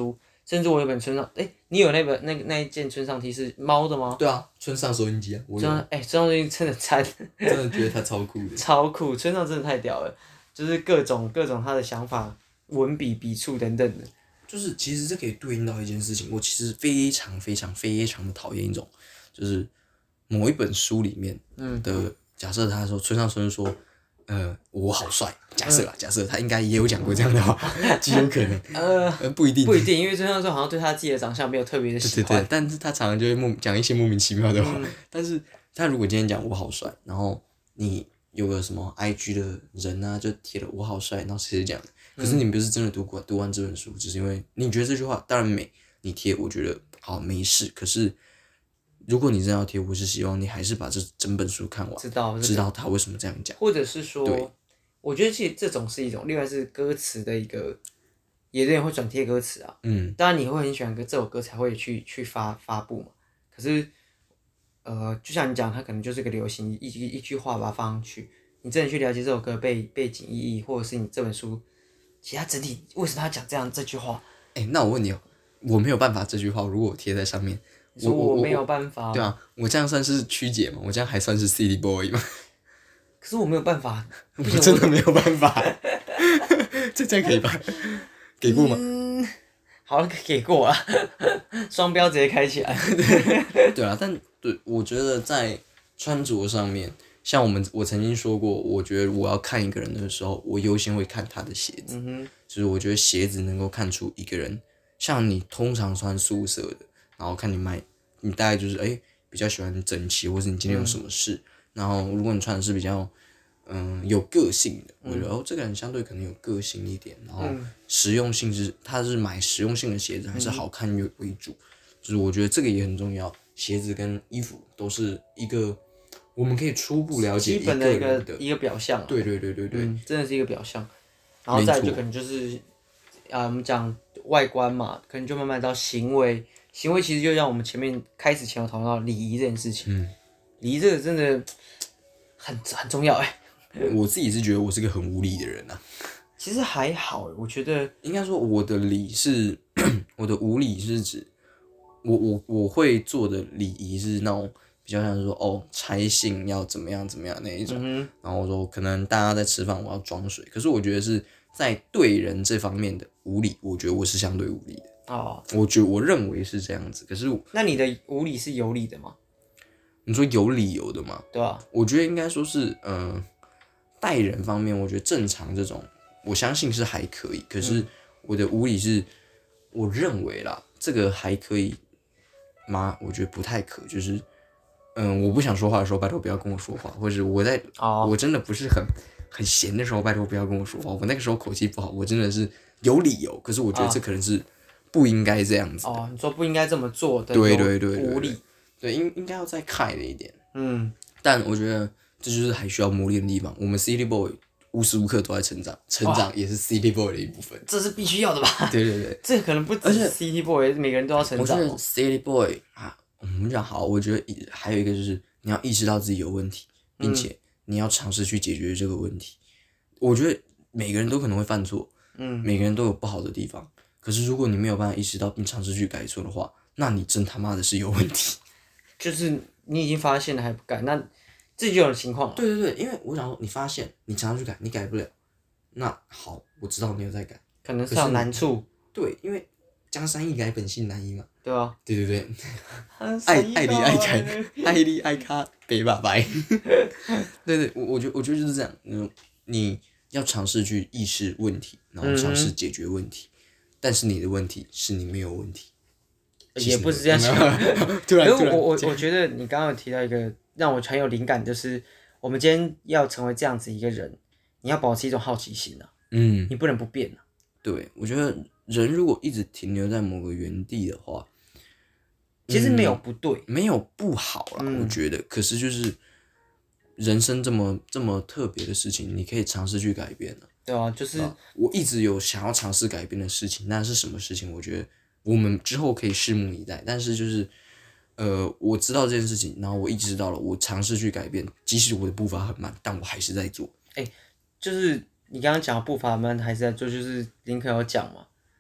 Speaker 2: 甚至我有本村上，你有那一件村上 T 是猫的吗？
Speaker 1: 对啊，村上收音机啊，我有，
Speaker 2: 村上最近真的赞，
Speaker 1: 真的觉得他超酷的。
Speaker 2: 超酷，村上真的太屌了，就是各种他的想法、文笔、笔触等等的。
Speaker 1: 就是其实这可以对应到一件事情，我其实非常非常非常的讨厌一种，就是某一本书里面的假设，他说村上春树说，我好帅，假设他应该也有讲过这样的话，极有可能，不一定，
Speaker 2: 不一定，因为村上春树好像对他自己的长相没有特别的喜欢。
Speaker 1: 对，但是他常常就会讲一些莫名其妙的话，但是他如果今天讲我好帅，然后你有个什么 IG 的人啊，就贴了我好帅，然后谁谁讲的。可是你不是真的读完这本书，只是因为你觉得这句话当然美，你贴我觉得好没事。可是如果你真的要贴，我是希望你还是把这整本书看完，知道他为什么这样讲。
Speaker 2: 或者是说，我觉得其实这种是一种，另外是歌词的一个，有的人会转贴歌词啊。当然你会很喜欢这首歌才会去发布嘛。可是就像你讲，它可能就是个流行一句话把它放上去，你真的去了解这首歌背景意义，或者是你这本书。其实他整体为什么要讲这句话？
Speaker 1: 那我问你哦，我没有办法这句话，如果我贴在上面，
Speaker 2: 我没有办法。
Speaker 1: 对啊，我这样算是曲解吗？我这样还算是 City Boy 吗？
Speaker 2: 可是我没有办法，
Speaker 1: 我真的没有办法。这样可以吧？给过吗？
Speaker 2: 好了，给过啊，双标直接开起来。
Speaker 1: 对啊，但对，我觉得在穿着上面。像我曾经说过，我觉得我要看一个人的时候，我优先会看他的鞋子。就是我觉得鞋子能够看出一个人，像你通常穿素色的，然后看你大概就是比较喜欢整齐，或是你今天有什么事。然后如果你穿的是比较有个性的，我觉得这个人相对可能有个性一点，然后实用性他是买实用性的鞋子，还是好看为主。就是我觉得这个也很重要，鞋子跟衣服都是一个。我们可以初步了解
Speaker 2: 基本的一个表象。
Speaker 1: 对，
Speaker 2: 真的是一个表象。然后再就可能就是我们讲外观嘛，可能就慢慢到行为，行为其实就像我们开始前有讨论到礼仪这件事情。礼仪这个真的很重要
Speaker 1: 我自己是觉得我是个很无礼的人啊。
Speaker 2: 其实还好我觉得
Speaker 1: 应该说我的礼是我的无礼是指我会做的礼仪是那种。比较像是说拆信要怎么样那一种，然后我说可能大家在吃饭，我要装水，可是我觉得是在对人这方面的无礼，我觉得我是相对无礼的。我认为是这样子，可是
Speaker 2: 那你的无礼是有理的吗？
Speaker 1: 你说有理由的吗？
Speaker 2: 对啊，
Speaker 1: 我觉得应该说是待人方面，我觉得正常这种，我相信是还可以，可是我的无理是，我认为啦，这个还可以吗？我觉得不太可，就是。我不想说话的时候，拜托不要跟我说话，或者我真的不是很闲的时候，拜托不要跟我说话。我那个时候口气不好，我真的是有理由，可是我觉得这可能是不应该这样子的。
Speaker 2: 你说不应该这么做的，
Speaker 1: 对，
Speaker 2: 无理，
Speaker 1: 对，应该要再开的一点。但我觉得这就是还需要磨练的地方。我们 City Boy 无时无刻都在成长，成长也是 City Boy 的一部分。
Speaker 2: 这是必须要的吧？
Speaker 1: 对，
Speaker 2: 这可能不只是 City Boy，每个人都要成长。
Speaker 1: 我觉得 City Boy 啊。我们讲好，我觉得还有一个就是你要意识到自己有问题，并且你要尝试去解决这个问题。我觉得每个人都可能会犯错，每个人都有不好的地方。可是如果你没有办法意识到并尝试去改错的话，那你真他妈的是有问题。
Speaker 2: 就是你已经发现了还不改，那这就有情况了。
Speaker 1: 对，因为我想说，你发现你尝试去改，你改不了，那好，我知道你有在改，
Speaker 2: 可能是有难处。
Speaker 1: 对，因为江山易改，本性难移嘛。
Speaker 2: 对啊，
Speaker 1: 对，爱离爱改，爱离爱卡北吧白。对，我觉得就是这样。你要尝试去意识问题，然后尝试解决问题，但是你的问题是你没有问题。
Speaker 2: 也不是这样想。
Speaker 1: 突然，
Speaker 2: 我觉得你刚刚有提到一个让我很有灵感，就是我们今天要成为这样子一个人，你要保持一种好奇心啊。你不能不变啊。
Speaker 1: 对，我觉得人如果一直停留在某个原地的话。
Speaker 2: 其实没有不对，
Speaker 1: 没有不好啦，我觉得。可是就是人生这么特别的事情，你可以尝试去改变了。
Speaker 2: 对啊，就是
Speaker 1: 我一直有想要尝试改变的事情，那是什么事情？我觉得我们之后可以拭目以待。但是就是我知道这件事情，然后我意识到了，我尝试去改变，即使我的步伐很慢，但我还是在做。
Speaker 2: 就是你刚刚讲的步伐慢还是在做，就是林肯有讲嘛，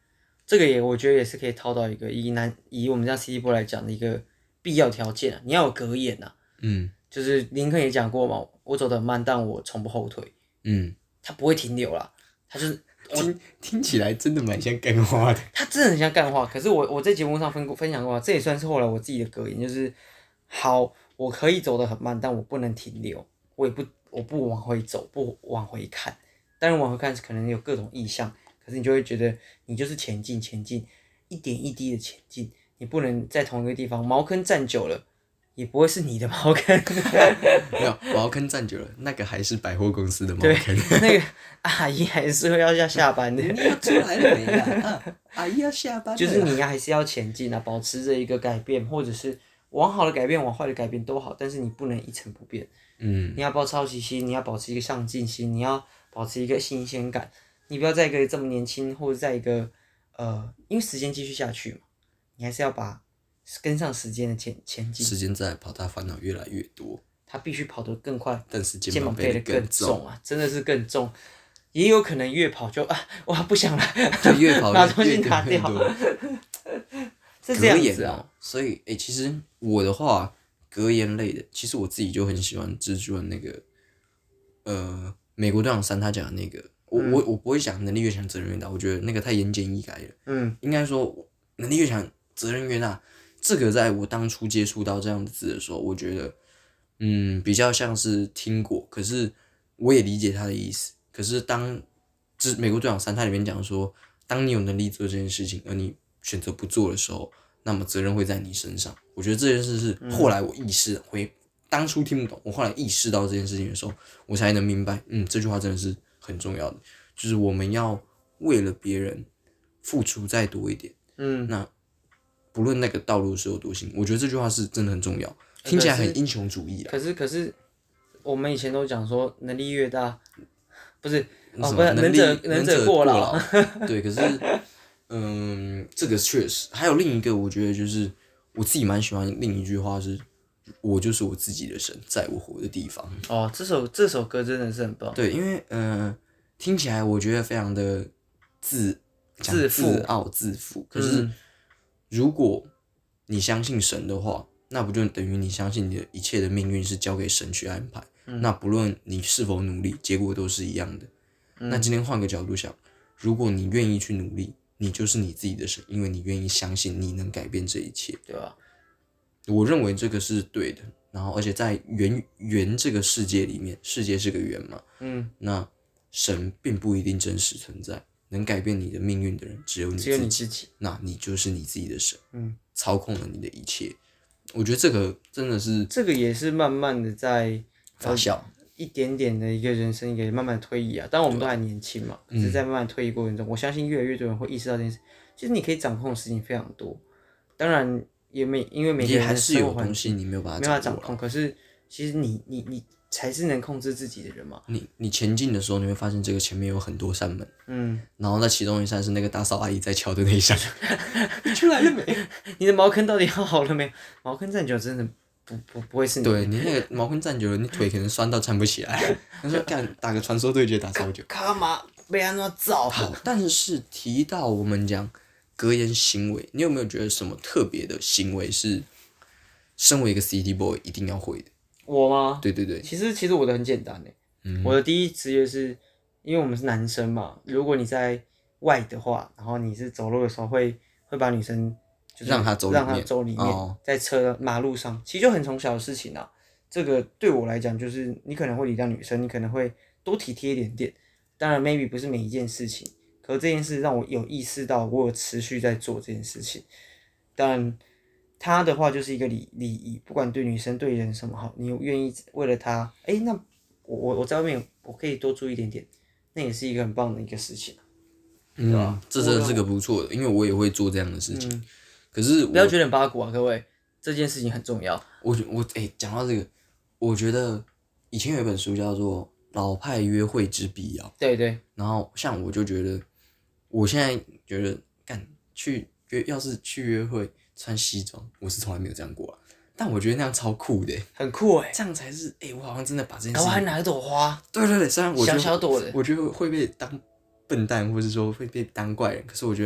Speaker 2: 这个我觉得也是可以套到一个以我们这样 CD 波来讲的一个必要条件啊，你要有格言啊。就是林肯也讲过嘛，我走得很慢，但我从不后退。他不会停留啦，他就是
Speaker 1: 听起来真的蛮像干话的。
Speaker 2: 他真的很像干话。可是我在节目上分享过，这也算是后来我自己的格言，就是好，我可以走得很慢，但我不能停留，我不往回走，不往回看。当然往回看可能有各种意向，可是你就会觉得你就是前进，一点一滴的前进，你不能在同一个地方茅坑站久了。也不会是你的茅坑，
Speaker 1: 没有茅坑站久了，那个还是百货公司的茅坑。
Speaker 2: 那个阿姨还是会要下班的。
Speaker 1: 你要出来了没啊？阿姨要下班了。
Speaker 2: 就是你还是要前进啊，保持着一个改变，或者是往好的改变，往坏的改变都好，但是你不能一成不变。你要抱好奇心，你要保持一个上进心，你要保持一个新鲜感，你不要在一个这么年轻，或者在一个因为时间继续下去嘛，你还是要跟上时间的前进。
Speaker 1: 时间在跑，他烦恼越来越多。
Speaker 2: 他必须跑得更快，
Speaker 1: 但是
Speaker 2: 肩膀
Speaker 1: 背
Speaker 2: 得更重啊，真的是更重。也有可能越跑就哇不想了，
Speaker 1: 就越跑
Speaker 2: 把东西拿掉。是这样子啊。
Speaker 1: 所以其实我的话，格言类的，其实我自己就很喜欢蜘蛛人那个美国队长3他讲的那个，我不会讲能力越强责任越大，我觉得那个太言简意赅了。应该说能力越强责任越大。这个在我当初接触到这样的字的时候，我觉得，比较像是听过，可是我也理解他的意思。可是美国队长3它里面讲说，当你有能力做这件事情，而你选择不做的时候，那么责任会在你身上。我觉得这件事是后来我意识当初听不懂，我后来意识到这件事情的时候，我才能明白，这句话真的是很重要的，就是我们要为了别人付出再多一点。那不论那个道路是有多辛苦，我觉得这句话是真的很重要，听起来很英雄主义啦。
Speaker 2: 可是，我们以前都讲说能力越大，不是能者过劳。
Speaker 1: 对，可是这个确实还有另一个，我觉得就是我自己蛮喜欢另一句话是，我就是我自己的神，在我活的地方。
Speaker 2: 哦，这首歌真的是很棒。
Speaker 1: 对，因为听起来我觉得非常的自傲自负，可是。如果你相信神的话，那不就等于你相信你的一切的命运是交给神去安排？那不论你是否努力，结果都是一样的。那今天换个角度想，如果你愿意去努力，你就是你自己的神，因为你愿意相信你能改变这一切，
Speaker 2: 对吧？
Speaker 1: 我认为这个是对的。然后，而且在圆这个世界里面，世界是个圆嘛，那神并不一定真实存在。能改变你的命运的人只有你自己，那你就是你自己的神，操控了你的一切。我觉得这个真的是，
Speaker 2: 这个也是慢慢的在
Speaker 1: 发酵，
Speaker 2: 一点点的一个人生一个慢慢推移啊。当然我们都还年轻嘛，可是在慢慢推移过程中，我相信越来越多人会意识到这件事。其实你可以掌控的事情非常多，当然因为每个人
Speaker 1: 还是有东西你没有办法
Speaker 2: 掌控，可是其实你才是能控制自己的人嘛。
Speaker 1: 你前进的时候，你会发现这个前面有很多扇门，然后在其中一扇是那个打扫阿姨在敲的那一扇。你出来了没？
Speaker 2: 你的茅坑到底要好了没？茅坑站久真的不会是你。
Speaker 1: 对，你那个茅坑站久了，你腿可能酸到站不起来。他说干打个传说对决打超久。
Speaker 2: 干嘛被安怎造？
Speaker 1: 好，但是提到我们讲格言行为，你有没有觉得什么特别的行为是身为一个 City Boy 一定要会的？
Speaker 2: 我吗？
Speaker 1: 对对对。
Speaker 2: 其实我的很简单我的第一直觉是，因为我们是男生嘛，如果你在外的话，然后你是走路的时候会把女生就是
Speaker 1: 让她走
Speaker 2: 里面，在马路上，其实就很从小的事情啊。这个对我来讲，就是你可能会礼让女生，你可能会多体贴一点点。当然 maybe 不是每一件事情，可是这件事让我有意识到，我有持续在做这件事情。当然。他的话就是一个礼仪，不管对女生对人什么好，你愿意为了他，那我在外面我可以多注意一点点，那也是一个很棒的一个事情。
Speaker 1: 这真的是个不错的，因为我也会做这样的事情。可是
Speaker 2: 不要觉得很八股啊，各位，这件事情很重要。
Speaker 1: 我讲到这个，我觉得以前有一本书叫做《老派约会之必要》。
Speaker 2: 对对。
Speaker 1: 然后像我就觉得，我现在觉得要是去约会。穿西装，我是从来没有这样过啊，但我觉得那样超酷的，
Speaker 2: 很酷
Speaker 1: 这样才是我好像真的把这件事，
Speaker 2: 然后还拿一朵花，
Speaker 1: 对对对，虽然我觉得
Speaker 2: 小朵的，
Speaker 1: 我觉得会被当笨蛋，或者说会被当怪人，可是我觉得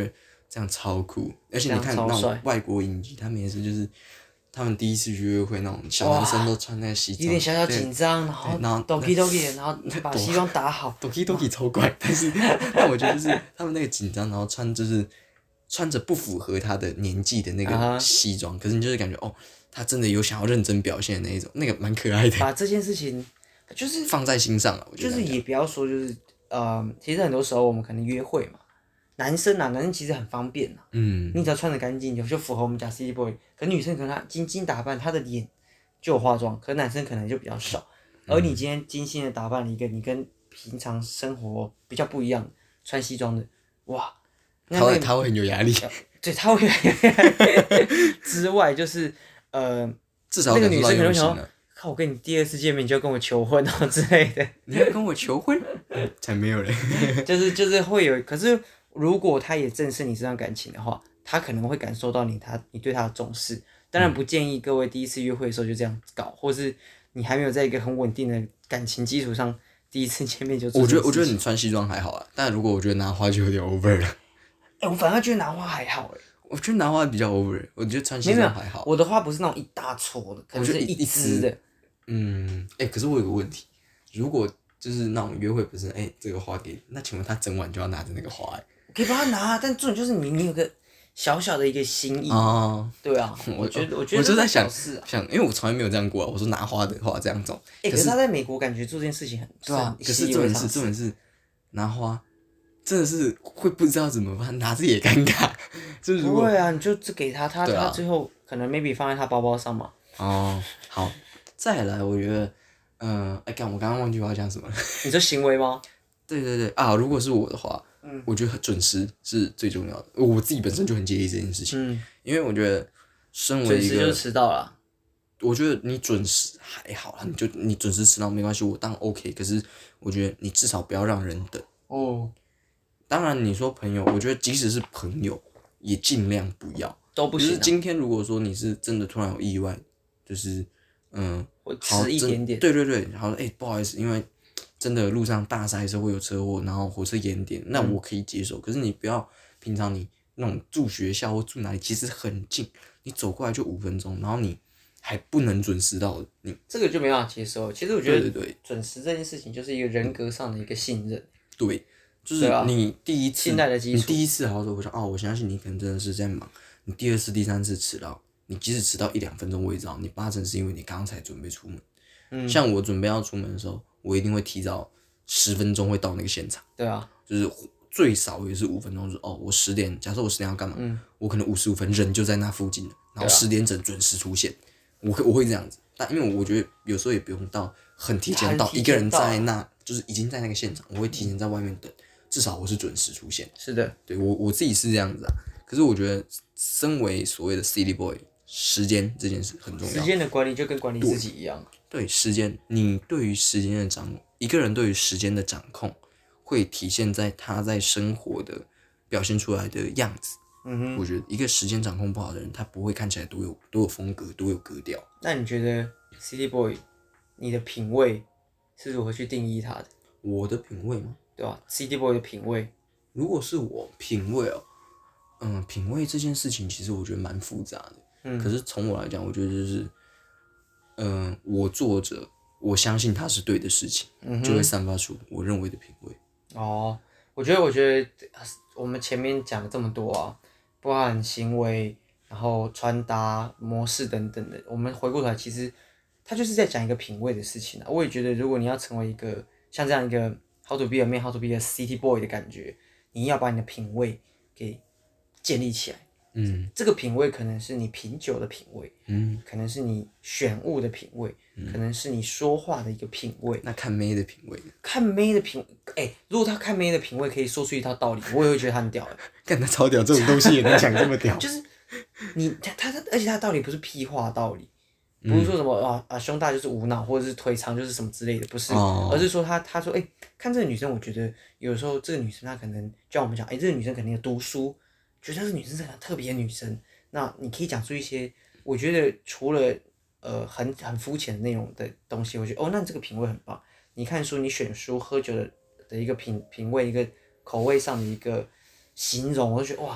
Speaker 1: 这样超酷。而且
Speaker 2: 这样
Speaker 1: 你看那种
Speaker 2: 超帅
Speaker 1: 外国影集，他们也是就是他们第一次约会那种小男生都穿那个西装，
Speaker 2: 有点小小
Speaker 1: 对
Speaker 2: 紧张，然后 doki doki，然后把西装打好，
Speaker 1: doki doki 超怪，但我觉得就是他们那个紧张，然后穿着不符合他的年纪的那个西装，可是你就是感觉哦，他真的有想要认真表现的那一种，那个蛮可爱的。
Speaker 2: 把这件事情就是
Speaker 1: 放在心上了，我觉得
Speaker 2: 就是也不要说就是其实很多时候我们可能约会嘛，男生其实很方便呐，你只要穿得干净就符合我们讲 City Boy， 可女生可能她精心打扮，她的脸就有化妆，可男生可能就比较少，而你今天精心的打扮了一个你跟平常生活比较不一样，穿西装的，哇，
Speaker 1: 他会很有压力，
Speaker 2: 对，他会之外就是
Speaker 1: 至少
Speaker 2: 那个女生可能
Speaker 1: 用心
Speaker 2: 想说，靠，我跟你第二次见面你就要跟我求婚哦之类的，
Speaker 1: 你要跟我求婚？才没有嘞，
Speaker 2: 就是会有，可是如果他也正视你这段感情的话，他可能会感受到你对他的重视。当然不建议各位第一次约会的时候就这样搞，或是你还没有在一个很稳定的感情基础上，第一次见面就做这件事情。
Speaker 1: 我觉得你穿西装还好啊，但如果我觉得拿花就有点 over 了。
Speaker 2: 我反而觉得拿花还好
Speaker 1: 我觉得拿花比较 over， 我觉得穿西装还好。
Speaker 2: 我的花不是那种一大撮的，可能是一支的。
Speaker 1: 可是我有个问题，如果就是那种约会不是这个花给你，那请问他整晚就要拿着那个花
Speaker 2: 我可以帮他拿，但重点就是你有个小小的一个心意。对啊，我觉得
Speaker 1: 我就在想，
Speaker 2: 啊，
Speaker 1: 因为我从来没有这样过啊。我说拿花的话这样种，
Speaker 2: 可是他在美国感觉做这件事情很
Speaker 1: 对啊。可是重点是拿花，真的是会不知道怎么办，拿着也尴尬。就是如果
Speaker 2: 不会啊，你就只给他最后可能 maybe 放在他包包上嘛。
Speaker 1: 好，再来，我觉得，我刚刚忘记我要讲什么了。
Speaker 2: 你说行为吗？
Speaker 1: 对啊，如果是我的话，我觉得准时是最重要的。我自己本身就很介意这件事情，因为我觉得身为一个
Speaker 2: 准时就迟到了。
Speaker 1: 我觉得你准时还好啦，你准时迟到没关系，我当然 OK。可是我觉得你至少不要让人等。当然你说朋友，我觉得即使是朋友，也尽量不要。
Speaker 2: 都不行。
Speaker 1: 今天如果说你是真的突然有意外，就是
Speaker 2: 我迟一点点。
Speaker 1: 对，然后不好意思，因为真的路上大塞车会有车祸，然后火车延点，那我可以接受。可是你不要平常你那种住学校或住哪里，其实很近，你走过来就5分钟，然后你还不能准时到，你
Speaker 2: 这个就没办法接受。其实我觉得
Speaker 1: 对
Speaker 2: 准时这件事情就是一个人格上的一个信任。
Speaker 1: 对，就是你第一次
Speaker 2: 信赖的基础，
Speaker 1: 你第一次好好说，我相信你可能真的是在忙。你第二次、第三次迟到，你即使迟到1-2分钟，我也知道你8成是因为你刚才准备出门。像我准备要出门的时候，我一定会提早10分钟会到那个现场。
Speaker 2: 对啊，
Speaker 1: 就是最少也是5分钟，就是我10点，假设我10点要干嘛，我可能55分人就在那附近了，然后10点整准时出现，我会这样子。但因为我觉得有时候也不用到很提前到，一个人在那就是已经在那个现场，我会提前在外面等，至少我是准时出现。
Speaker 2: 是的，
Speaker 1: 对我自己是这样子啊。可是我觉得，身为所谓的 City Boy， 时间这件事很重要。
Speaker 2: 时间的管理就跟管理自己一样。
Speaker 1: 对时间，你对于时间的掌握，一个人对于时间的掌控，会体现在他在生活的表现出来的样子。我觉得一个时间掌控不好的人，他不会看起来多有风格，多有格调。
Speaker 2: 那你觉得 City Boy， 你的品味是如何去定义他的？
Speaker 1: 我的品味吗？
Speaker 2: 对吧？City Boy 的品味，
Speaker 1: 如果是我品味品味这件事情其实我觉得蛮复杂的。可是从我来讲，我觉得就是，我做着我相信它是对的事情，就会散发出我认为的品味。
Speaker 2: 我觉得我们前面讲了这么多啊，包含行为，然后穿搭模式等等的，我们回过头来，其实他就是在讲一个品味的事情啊。我也觉得，如果你要成为一个像这样一个 how to be a man，how to be a city boy 的感觉，你要把你的品味给建立起来。这个品味可能是你品酒的品味，可能是你选物的品味，可能是你说话的一个品味。
Speaker 1: 那看妹的品味，
Speaker 2: 看妹的品，如果他看妹的品味可以说出一套道理，我也会觉得他很屌。
Speaker 1: 干他超屌，这种东西也能讲这么屌。
Speaker 2: 就是而且他的道理不是屁话道理，不是说什么胸大就是无脑，或者是腿长就是什么之类的，不是，而是说他说看这个女生，我觉得有时候这个女生她可能就像我们讲，这个女生肯定有读书。觉得这个女生是很特别的女生，那你可以讲出一些，我觉得除了很肤浅的内容的东西，我觉得那这个品味很棒。你看书，你选书，喝酒的一个品味，一个口味上的一个形容，我就觉得哇，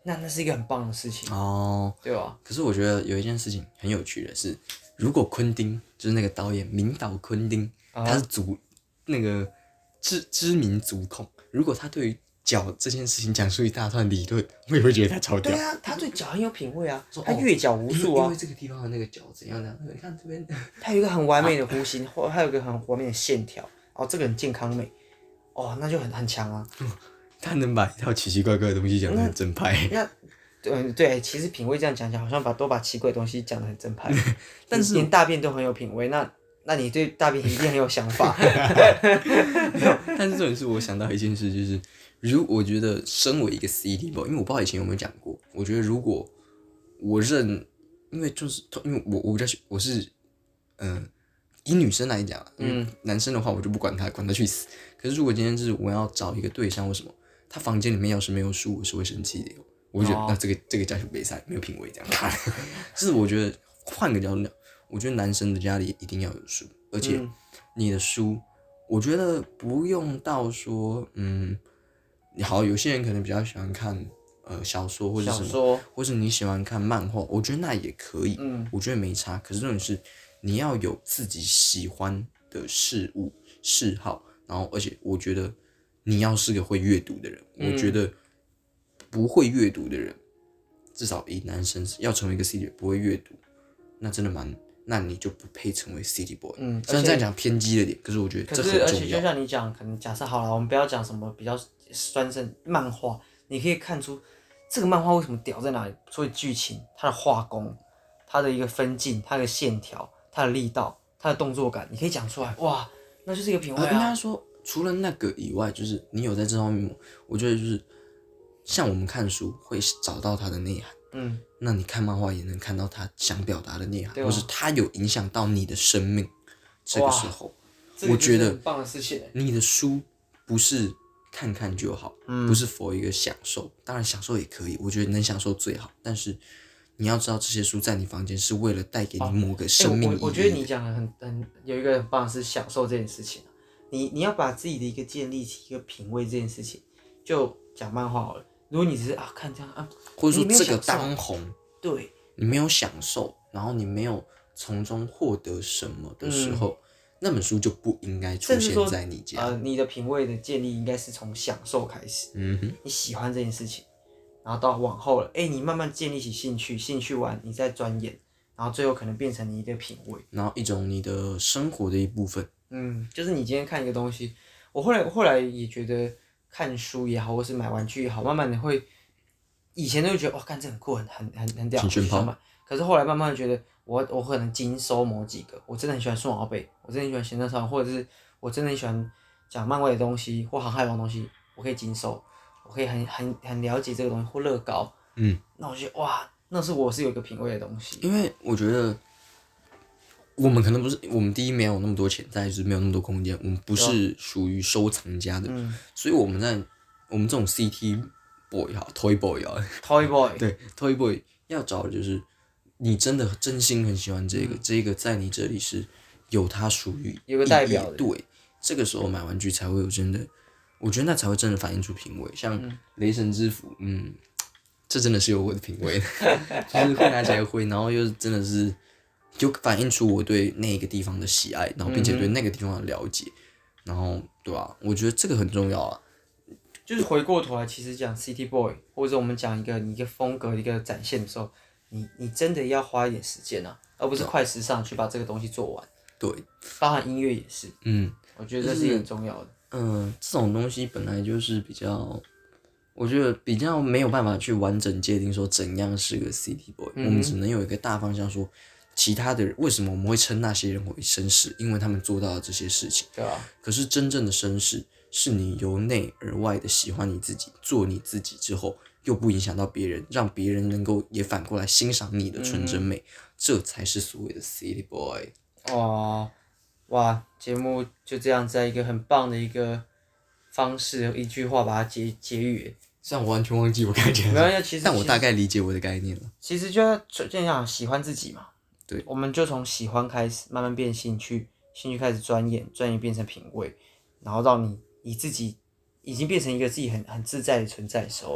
Speaker 2: 那是一个很棒的事情，
Speaker 1: 哦。
Speaker 2: 对吧？
Speaker 1: 可是我觉得有一件事情很有趣的是，如果昆汀就是那个导演明导昆汀，他是那个知名足控，如果他对于脚这件事情讲出一大串理论，我也会觉得他超屌。
Speaker 2: 对啊，他对脚很有品味啊，他
Speaker 1: 哦
Speaker 2: 越脚无数啊
Speaker 1: 因为，这个地方的那个脚怎样的，你看这边，
Speaker 2: 他有一个很完美的弧形，或还有一个很完美的线条，哦，这个很健康美，哦，那就很强啊。
Speaker 1: 他能把一套奇奇怪怪的东西讲得很正派。
Speaker 2: 那对，其实品味这样讲起来，好像都把奇怪的东西讲得很正派，但是连大便都很有品味，那你对大便一定很有想法。
Speaker 1: 但是重点是我想到一件事，就是我觉得身为一个 City Boy，因为我不知道以前有没有讲过，我觉得如果我因为我比较我是以女生来讲，男生的话我就不管他，管他去死。可是如果今天是我要找一个对象，为什么他房间里面要是没有书，我是会生气的。我就觉得那这个家就没赛，没有品味这样。就是我觉得换个角度讲，我觉得男生的家里一定要有书，而且你的书，我觉得不用到说，好，有些人可能比较喜欢看小说或者什么，或是你喜欢看漫画，我觉得那也可以，我觉得没差。可是重点是你要有自己喜欢的事物嗜好，然后而且我觉得你要是个会阅读的人，我觉得不会阅读的人，至少以男生要成为一个 City Boy 不会阅读，那真的那你就不配成为 City Boy。虽然这样讲偏激了点，可是我觉得这很重要。
Speaker 2: 而且就像你讲，可能假设好了，我们不要讲什么比较酸性漫画，你可以看出这个漫画为什么屌在哪里，所以剧情、它的画工、它的一个分镜、它的线条、它的力道、它的动作感，你可以讲出来，哇，那就是一个品味啊。
Speaker 1: 应该说，除了那个以外，就是你有在这方面，我觉得就是像我们看书会找到它的内涵，那你看漫画也能看到他想表达的内涵，或是他有影响到你的生命。这个时候，我觉得
Speaker 2: 很棒的事情。
Speaker 1: 你的书不是看看就好，不是 for 一个享受，当然享受也可以，我觉得能享受最好。但是你要知道，这些书在你房间是为了带给你某个生命意义的。
Speaker 2: 我觉得你讲的很有一个很棒的是享受这件事情。你要把自己的一个建立起一个品味这件事情，就讲漫画好了。如果你只是看这样啊，
Speaker 1: 或者说这个当红，
Speaker 2: 对，
Speaker 1: 你没有享受，然后你没有从中获得什么的时候，那本书就不应该出现在你家。
Speaker 2: 你的品味的建立应该是从享受开始，你喜欢这件事情，然后到往后了，你慢慢建立起兴趣，兴趣完你再钻研，然后最后可能变成你的品味，
Speaker 1: 然后一种你的生活的一部分。
Speaker 2: 就是你今天看一个东西，我后来也觉得看书也好，或是买玩具也好，慢慢的会，以前都会觉得看这很酷，很屌，
Speaker 1: 情绪泡。
Speaker 2: 可是后来慢慢的觉得，我可能精收某几个，我真的很喜欢宋敖贝，我真的很喜欢咸蛋超人，或者是我真的很喜欢讲漫威的东西或航海王的东西，我可以精收，我可以很了解这个东西或乐高，那我觉得哇，那是我是有一个品味的东西。
Speaker 1: 因为我觉得我们可能不是，我们第一没有那么多钱，再就是没有那么多空间，我们不是属于收藏家的，所以我们这种 CT boy 也好 ，Toy boy 也好
Speaker 2: ，Toy boy
Speaker 1: 对 Toy boy 要找的就是你真心很喜欢这个，这个在你这里是有它属于
Speaker 2: 有个代表的，
Speaker 1: 对，这个时候买玩具才会有真的，我觉得那才会真的反映出品味。像雷神之斧，这真的是有我的品味的，就是会拿起来挥，然后又真的是就反映出我对那个地方的喜爱，然后并且对那个地方的了解，然后对吧？我觉得这个很重要啊。
Speaker 2: 就是回过头来，其实讲 City Boy， 或者我们讲你一个风格的一个展现的时候，你真的要花一点时间啊，而不是快时尚去把这个东西做完。
Speaker 1: 对，
Speaker 2: 包含音乐也是。我觉得这是很重要的。
Speaker 1: 这种东西本来就是比较，我觉得比较没有办法去完整界定说怎样是个 City Boy，我们只能有一个大方向说。其他的人为什么我们会称那些人为绅士？因为他们做到了这些事情。
Speaker 2: 对啊。
Speaker 1: 可是真正的绅士，是你由内而外的喜欢你自己，做你自己之后，又不影响到别人，让别人能够也反过来欣赏你的纯真美，这才是所谓的 City Boy。
Speaker 2: 哇，节目就这样在一个很棒的一个方式，一句话把它结语。
Speaker 1: 虽然我完全忘记我刚才讲
Speaker 2: 的，其实
Speaker 1: 但我大概理解我的概念了。
Speaker 2: 其实就要这样喜欢自己嘛。
Speaker 1: 对，
Speaker 2: 我们就从喜欢开始，慢慢变兴趣，兴趣开始钻研，钻研变成品味，然后到你自己已经变成一个自己很自在的存在的时候了，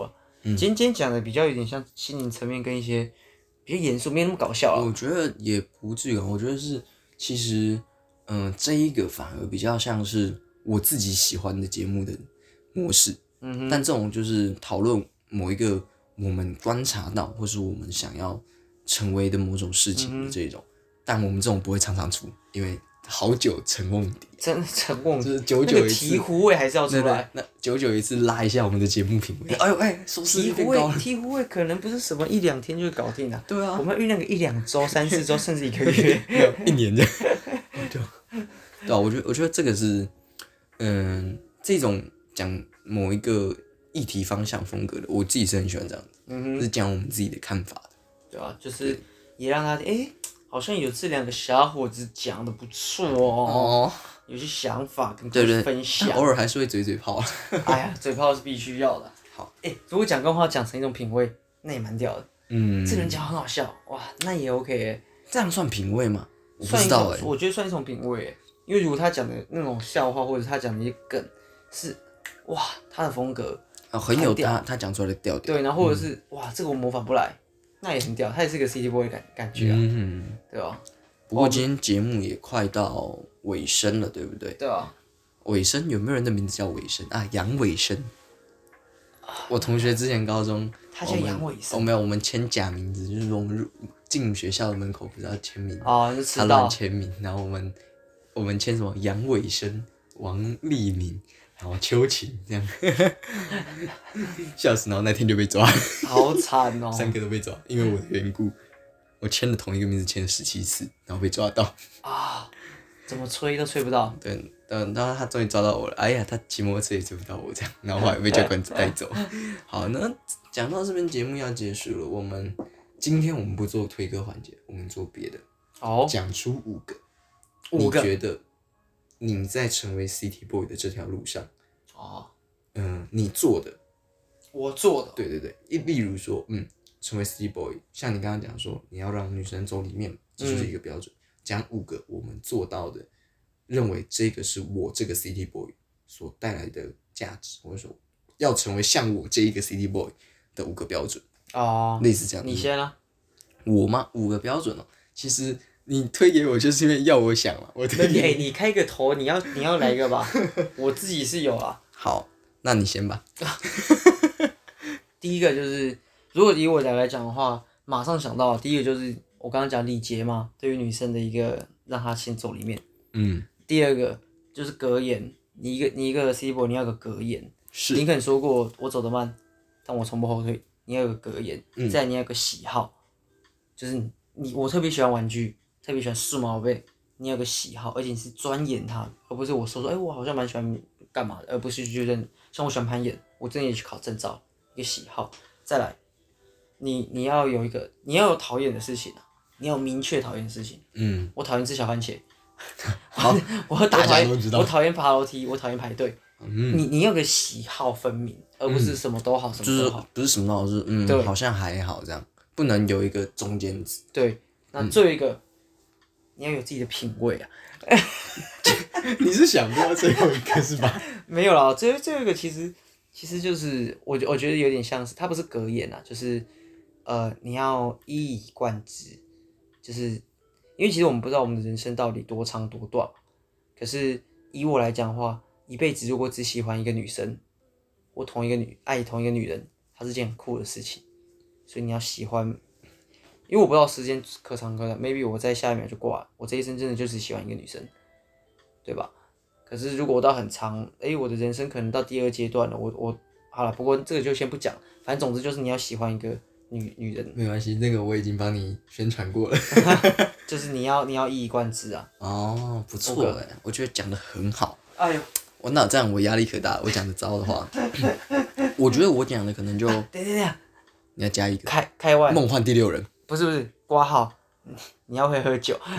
Speaker 2: 今天讲的比较有点像心灵层面跟一些比较严肃，没有那么搞笑啊。
Speaker 1: 我觉得也不至于啊，我觉得是其实，这一个反而比较像是我自己喜欢的节目的模式。但这种就是讨论某一个我们观察到或是我们想要成为的某种事情的这种，但我们这种不会常常出，因为好久成瓮底，
Speaker 2: 真的成瓮
Speaker 1: 就是久
Speaker 2: 那个
Speaker 1: 久一次，
Speaker 2: 醍醐味还是要出来。
Speaker 1: 那久久一次拉一下我们的节目品味。哎呦哎，收视率
Speaker 2: 醍醐味，
Speaker 1: 变高了。
Speaker 2: 醍醐味可能不是什么一两天就会搞定的、
Speaker 1: 对啊
Speaker 2: 我们酝酿个一两周、三四周，甚至一个月。
Speaker 1: 没有一年这样。对啊，我觉得这个是，这种讲某一个议题方向风格的，我自己是很喜欢这样子，是讲我们自己的看法的。
Speaker 2: 对啊，就是也让他好像有这两个小伙子讲的不错哦，有些想法跟大家分享。
Speaker 1: 偶尔还是会嘴嘴炮。
Speaker 2: 哎呀，嘴炮是必须要的。
Speaker 1: 好，
Speaker 2: 如果讲干话讲成一种品味，那也蛮屌的。这个人讲很好笑，哇，那也 OK
Speaker 1: 这样算品味吗？我不
Speaker 2: 算
Speaker 1: 知道
Speaker 2: 我觉得算一种品味因为如果他讲的那种笑话或者他讲的一些梗是，哇，他的风格
Speaker 1: 很有他讲出来的调调。
Speaker 2: 对，然后或者是哇，这个我模仿不来，那也很屌，他也是个 City Boy 感觉啊，对吧？
Speaker 1: 不过今天节目也快到尾声了，对不对？
Speaker 2: 对啊。
Speaker 1: 尾声有没有人的名字叫尾声啊？杨尾生。我同学之前高中，
Speaker 2: 他叫杨尾生。
Speaker 1: 没有，我们签假名字，就是我们进学校的门口不是要签名，
Speaker 2: 就
Speaker 1: 他乱签名，然后我们签什么杨尾生、王立明，然后秋晴这样，笑死！然后那天就被抓，
Speaker 2: 好惨哦
Speaker 1: ，3个都被抓，因为我的缘故，我签了同一个名字签了17次，然后被抓到
Speaker 2: 啊，怎么催都催不到。
Speaker 1: 对，然后他终于抓到我了，哎呀，他骑摩托车也追不到我这样，然后后来被教官带走。好，那讲到这边节目要结束了，今天我们不做推歌环节，我们做别的。讲出5个，你觉得你在成为 City Boy 的这条路上，你做的，
Speaker 2: 我做的，
Speaker 1: 对对对，例如说，成为 City Boy，像你刚刚讲说，你要让女生走里面，这就是一个标准。讲5个我们做到的，认为这个是我这个 City Boy 所带来的价值，或者说要成为像我这一个 City Boy 的5个标准。类似这样。
Speaker 2: 你先啊。
Speaker 1: 我吗？5个标准哦。其实你推给我就是因为要我想嘛。
Speaker 2: 你开个头，你要来一个吧。我自己是有啦。
Speaker 1: 好，那你先吧。
Speaker 2: 第一个就是，如果以我来讲的话，马上想到第一个就是我刚刚讲礼节嘛，对于女生的一个让她先走里面。第二个就是格言，你一个 C boy 你要有个格言。
Speaker 1: 是。
Speaker 2: 林肯说过，我走得慢，但我从不后退。你要有个格言，再来你要有个喜好，就是我特别喜欢玩具，特别喜欢数码宝贝，你要有个喜好，而且你是钻研它，而不是我说我好像蛮喜欢干嘛的，而不是觉得像我喜欢攀岩，我真的也去考证照，一个喜好。再来，你要有讨厌的事情啊，你要有明确讨厌的事情。我讨厌吃小番茄。
Speaker 1: 好，
Speaker 2: 我讨厌爬楼梯，我讨厌排队。你要个喜好分明，而不是什么都好，什么都好。
Speaker 1: 不是什么都好，是好像还好这样，不能有一个中间值。
Speaker 2: 对，那最后一个，你要有自己的品味啊。
Speaker 1: 你是想不到最后一个是吧？
Speaker 2: 没有啦，最后一个其实就是我觉得有点像是，它不是格言啊，就是你要一以贯之，就是因为其实我们不知道我们的人生到底多长多短，可是以我来讲的话，一辈子如果只喜欢一个女生，或爱同一个女人，它是件很酷的事情，所以你要喜欢，因为我不知道时间可长可短 ，maybe 我在下一秒就挂了，我这一生真的就只喜欢一个女生，对吧？可是如果我到很长，我的人生可能到第2阶段了，我好了，不过这个就先不讲，反正总之就是你要喜欢一个女人。
Speaker 1: 没关系，那个我已经帮你宣传过了。
Speaker 2: 就是你要一以贯之啊。
Speaker 1: 不错我觉得讲得很好。
Speaker 2: 哎呦，
Speaker 1: 那这样我压力可大，我讲的糟的话，我觉得我讲的可能就……
Speaker 2: 等，
Speaker 1: 你要加一个
Speaker 2: 开外
Speaker 1: 梦幻第6人，
Speaker 2: 不是挂号，你要会喝酒。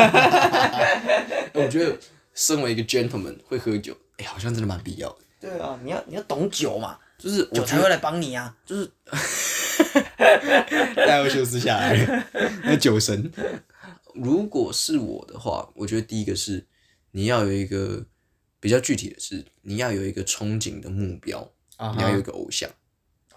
Speaker 1: 我觉得身为一个 gentleman 会喝酒，好像真的蛮必要的。
Speaker 2: 对啊，你要懂酒嘛，
Speaker 1: 就是
Speaker 2: 酒才会来帮你啊，
Speaker 1: 就是大家休斯下来了，那酒神。如果是我的话，我觉得第一个是你要有一个比较具体的是，你要有一个憧憬的目标，你要有一个偶像。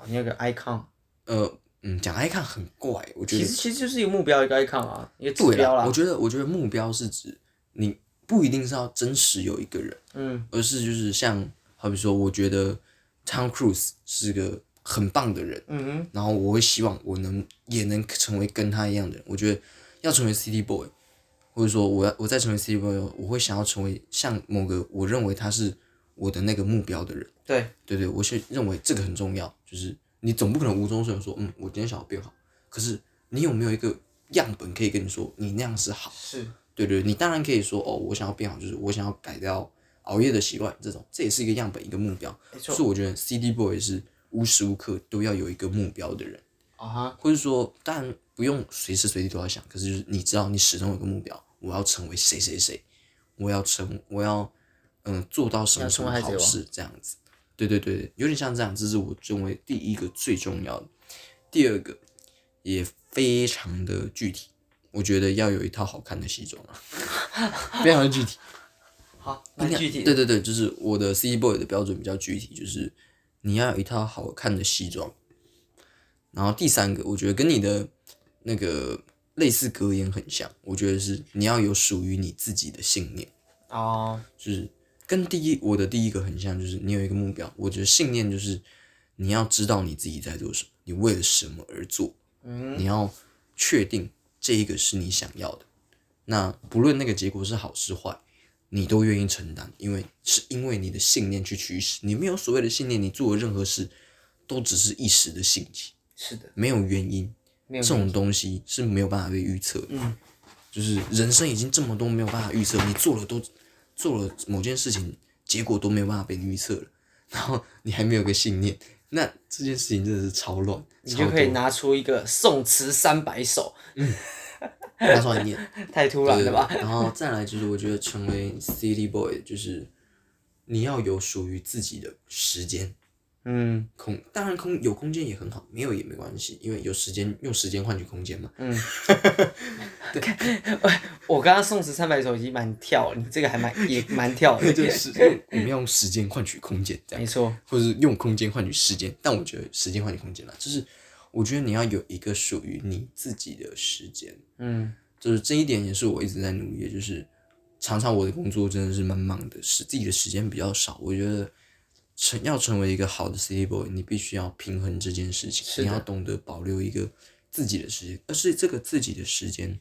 Speaker 2: 你有个 icon，
Speaker 1: 讲 icon 很怪，我觉得
Speaker 2: 其实就是一个目标，一个 icon 啊，一个指
Speaker 1: 对啦，
Speaker 2: 标啦。
Speaker 1: 我觉得目标是指你不一定是要真实有一个人，而是就是像好比说，我觉得 Tom Cruise 是个很棒的人，然后我会希望也能成为跟他一样的人。我觉得要成为 City Boy，或者说我在成为 City Boy，我会想要成为像某个我认为他是我的那个目标的人。
Speaker 2: 对
Speaker 1: 对，我是认为这个很重要，就是你总不可能无中生有说，我今天想要变好，可是你有没有一个样本可以跟你说你那样是好？
Speaker 2: 是，
Speaker 1: 对，你当然可以说我想要变好，就是我想要改掉熬夜的习惯，这也是一个样本，一个目标。所以我觉得 CD Boy 是无时无刻都要有一个目标的人，或者说当然不用随时随地都要想，可是就是你知道你始终有个目标，我要成为谁谁谁，我要做到什么什么好事这样子。对，有点像这样，这是我认为第一个最重要的。第二个也非常的具体，我觉得要有一套好看的西装啊，非常的具体。
Speaker 2: 好，蛮具体的。
Speaker 1: 对，就是我的 City Boy 的标准比较具体，就是你要有一套好看的西装。然后第三个，我觉得跟你的那个类似格言很像，我觉得是你要有属于你自己的信念。就是跟我的第一个很像，就是你有一个目标。我觉得信念就是你要知道你自己在做什么，你为了什么而做，你要确定这一个是你想要的。那不论那个结果是好是坏，你都愿意承担，因为你的信念去驱使。你没有所谓的信念，你做的任何事都只是一时的兴起，
Speaker 2: 是的，
Speaker 1: 没有原因。这种东西是没有办法被预测的。就是人生已经这么多没有办法预测，你做了某件事情，结果都没有办法被你预测了，然后你还没有个信念，那这件事情真的是超乱。
Speaker 2: 你就可以拿出一个宋词300首，
Speaker 1: 拿出来念，
Speaker 2: 太突然了吧？
Speaker 1: 然后再来就是，我觉得成为 City Boy 就是你要有属于自己的时间。当然有空间也很好，没有也没关系，因为有时间用时间换取空间嘛。
Speaker 2: 我刚刚宋词300首已经蛮跳了，你这个也蛮跳的。
Speaker 1: 就是我们要用时间换取空间，这样
Speaker 2: 没错，
Speaker 1: 或者是用空间换取时间。但我觉得时间换取空间啦，就是我觉得你要有一个属于你自己的时间。就是这一点也是我一直在努力的，就是常常我的工作真的是蛮忙的，自己的时间比较少。我觉得要成为一个好的 City Boy， 你必须要平衡这件事情，你要懂得保留一个自己的时间，而是这个自己的时间，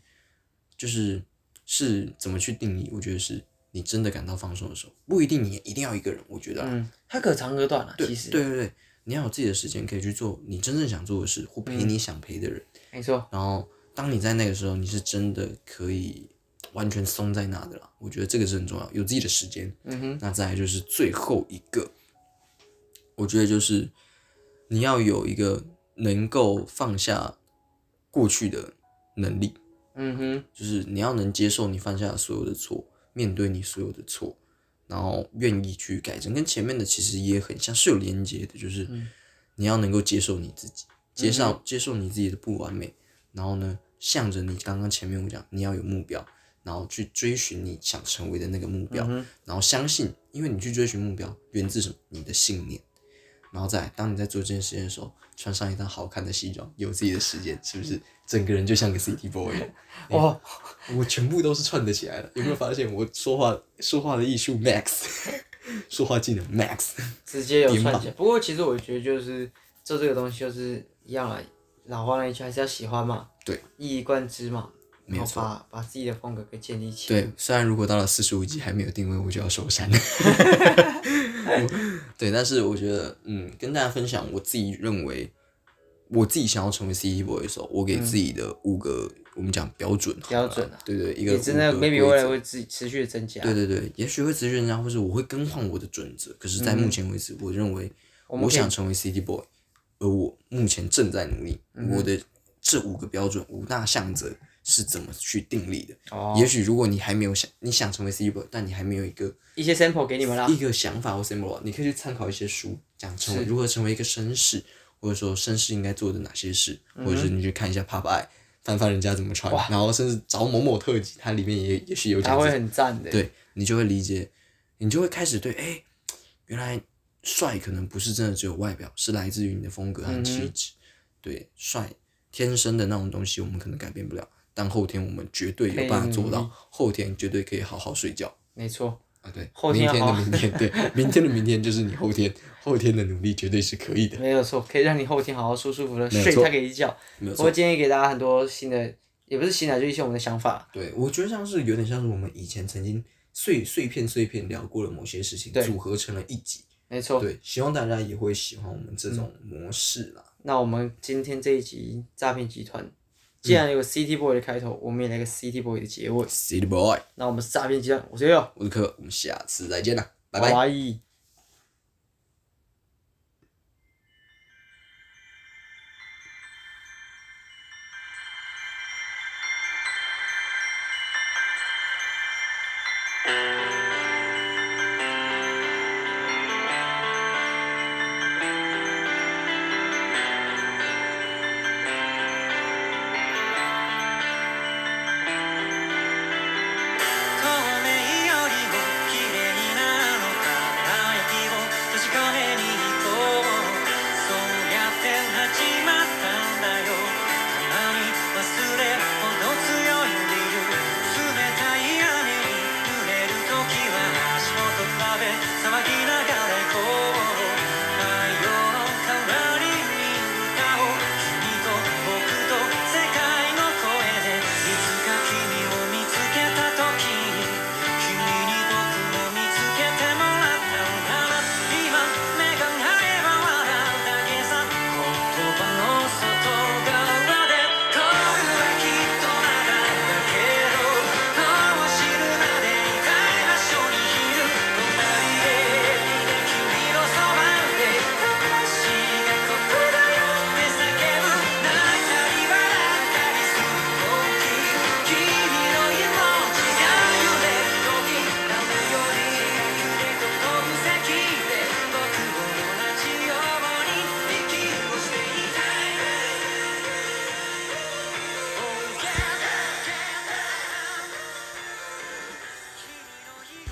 Speaker 1: 是怎么去定义？我觉得是你真的感到放松的时候，不一定你一定要一个人，我觉得
Speaker 2: 它可长可短啊，其实。
Speaker 1: 对，你要有自己的时间可以去做你真正想做的事，或陪你想陪的人。
Speaker 2: 没错。
Speaker 1: 然后当你在那个时候，你是真的可以完全松在那的啦。我觉得这个是很重要，有自己的时间。那再来就是最后一个。我觉得就是你要有一个能够放下过去的能力，就是你要能接受你犯下的所有的错，面对你所有的错，然后愿意去改正。跟前面的其实也很像，是有连接的，就是你要能够接受你自己，接受你自己的不完美，然后呢，向着你刚刚前面我讲，你要有目标，然后去追寻你想成为的那个目标，然后相信，因为你去追寻目标，源自什么？你的信念。然后再来，当你在做这件事情的时候，穿上一套好看的西装，有自己的时间，是不是整个人就像个 City Boy 一样？哇，我全部都是串得起来了。有没有发现我说话的艺术 Max， 说话技能 Max，
Speaker 2: 直接有串起来。不过其实我觉得就是做这个东西就是一样啦，老话那一句还是要喜欢嘛，
Speaker 1: 对，
Speaker 2: 一以贯之嘛。
Speaker 1: 没有错，
Speaker 2: 把自己的风格给建立起来。
Speaker 1: 对，虽然如果到了45集还没有定位，我就要收山。对，但是我觉得，跟大家分享我自己认为，我自己想要成为 City Boy 的时候，我给自己的5个，我们讲标准啊，对，一个
Speaker 2: 也真的 maybe 未来会持续的增加。
Speaker 1: 对，也许会持续增加，或者我会更换我的准则。可是，在目前为止，我认为我想成为 City Boy， 而我目前正在努力，我的这5个标准5大项则是怎么去定立的？也许如果你还没有你想成为 City Boy， 但你还没有一
Speaker 2: 些 sample 给你们啦，
Speaker 1: 一个想法或 sample， 你可以去参考一些书，讲如何成为一个绅士，或者说绅士应该做的哪些事，或者是你去看一下 Pop Eye， 翻人家怎么穿，然后甚至找某某特辑，它里面也许有讲，
Speaker 2: 它会很赞的。
Speaker 1: 对，你就会理解，你就会开始对，原来帅可能不是真的只有外表，是来自于你的风格和气质。对，帅天生的那种东西我们可能改变不了，但后天我们绝对有办法做到，后天绝对可以好好睡觉。
Speaker 2: 没错。
Speaker 1: 啊，对，
Speaker 2: 后天
Speaker 1: 明天的明天，对，明天的明天就是你后天，后天的努力绝对是可以的。
Speaker 2: 没有错，可以让你后天好好舒舒服服的
Speaker 1: 没有错
Speaker 2: 睡他个一觉。
Speaker 1: 没有错。
Speaker 2: 我今天给大家很多新的，也不是新的，就一些我们的想法。
Speaker 1: 对，我觉得像是有点像是我们以前曾经碎片聊过的某些事情，组合成了一集。
Speaker 2: 没错。
Speaker 1: 对，希望大家也会喜欢我们这种模式啦。
Speaker 2: 那我们今天这一集诈骗集团，既然有个 City Boy 的开头，我们也来个 City Boy 的结尾。
Speaker 1: City Boy，
Speaker 2: 那我们是诈骗集团，我是悠悠，
Speaker 1: 我是柯，我们下次再见啦，拜
Speaker 2: 拜
Speaker 1: 拜。
Speaker 2: 拜。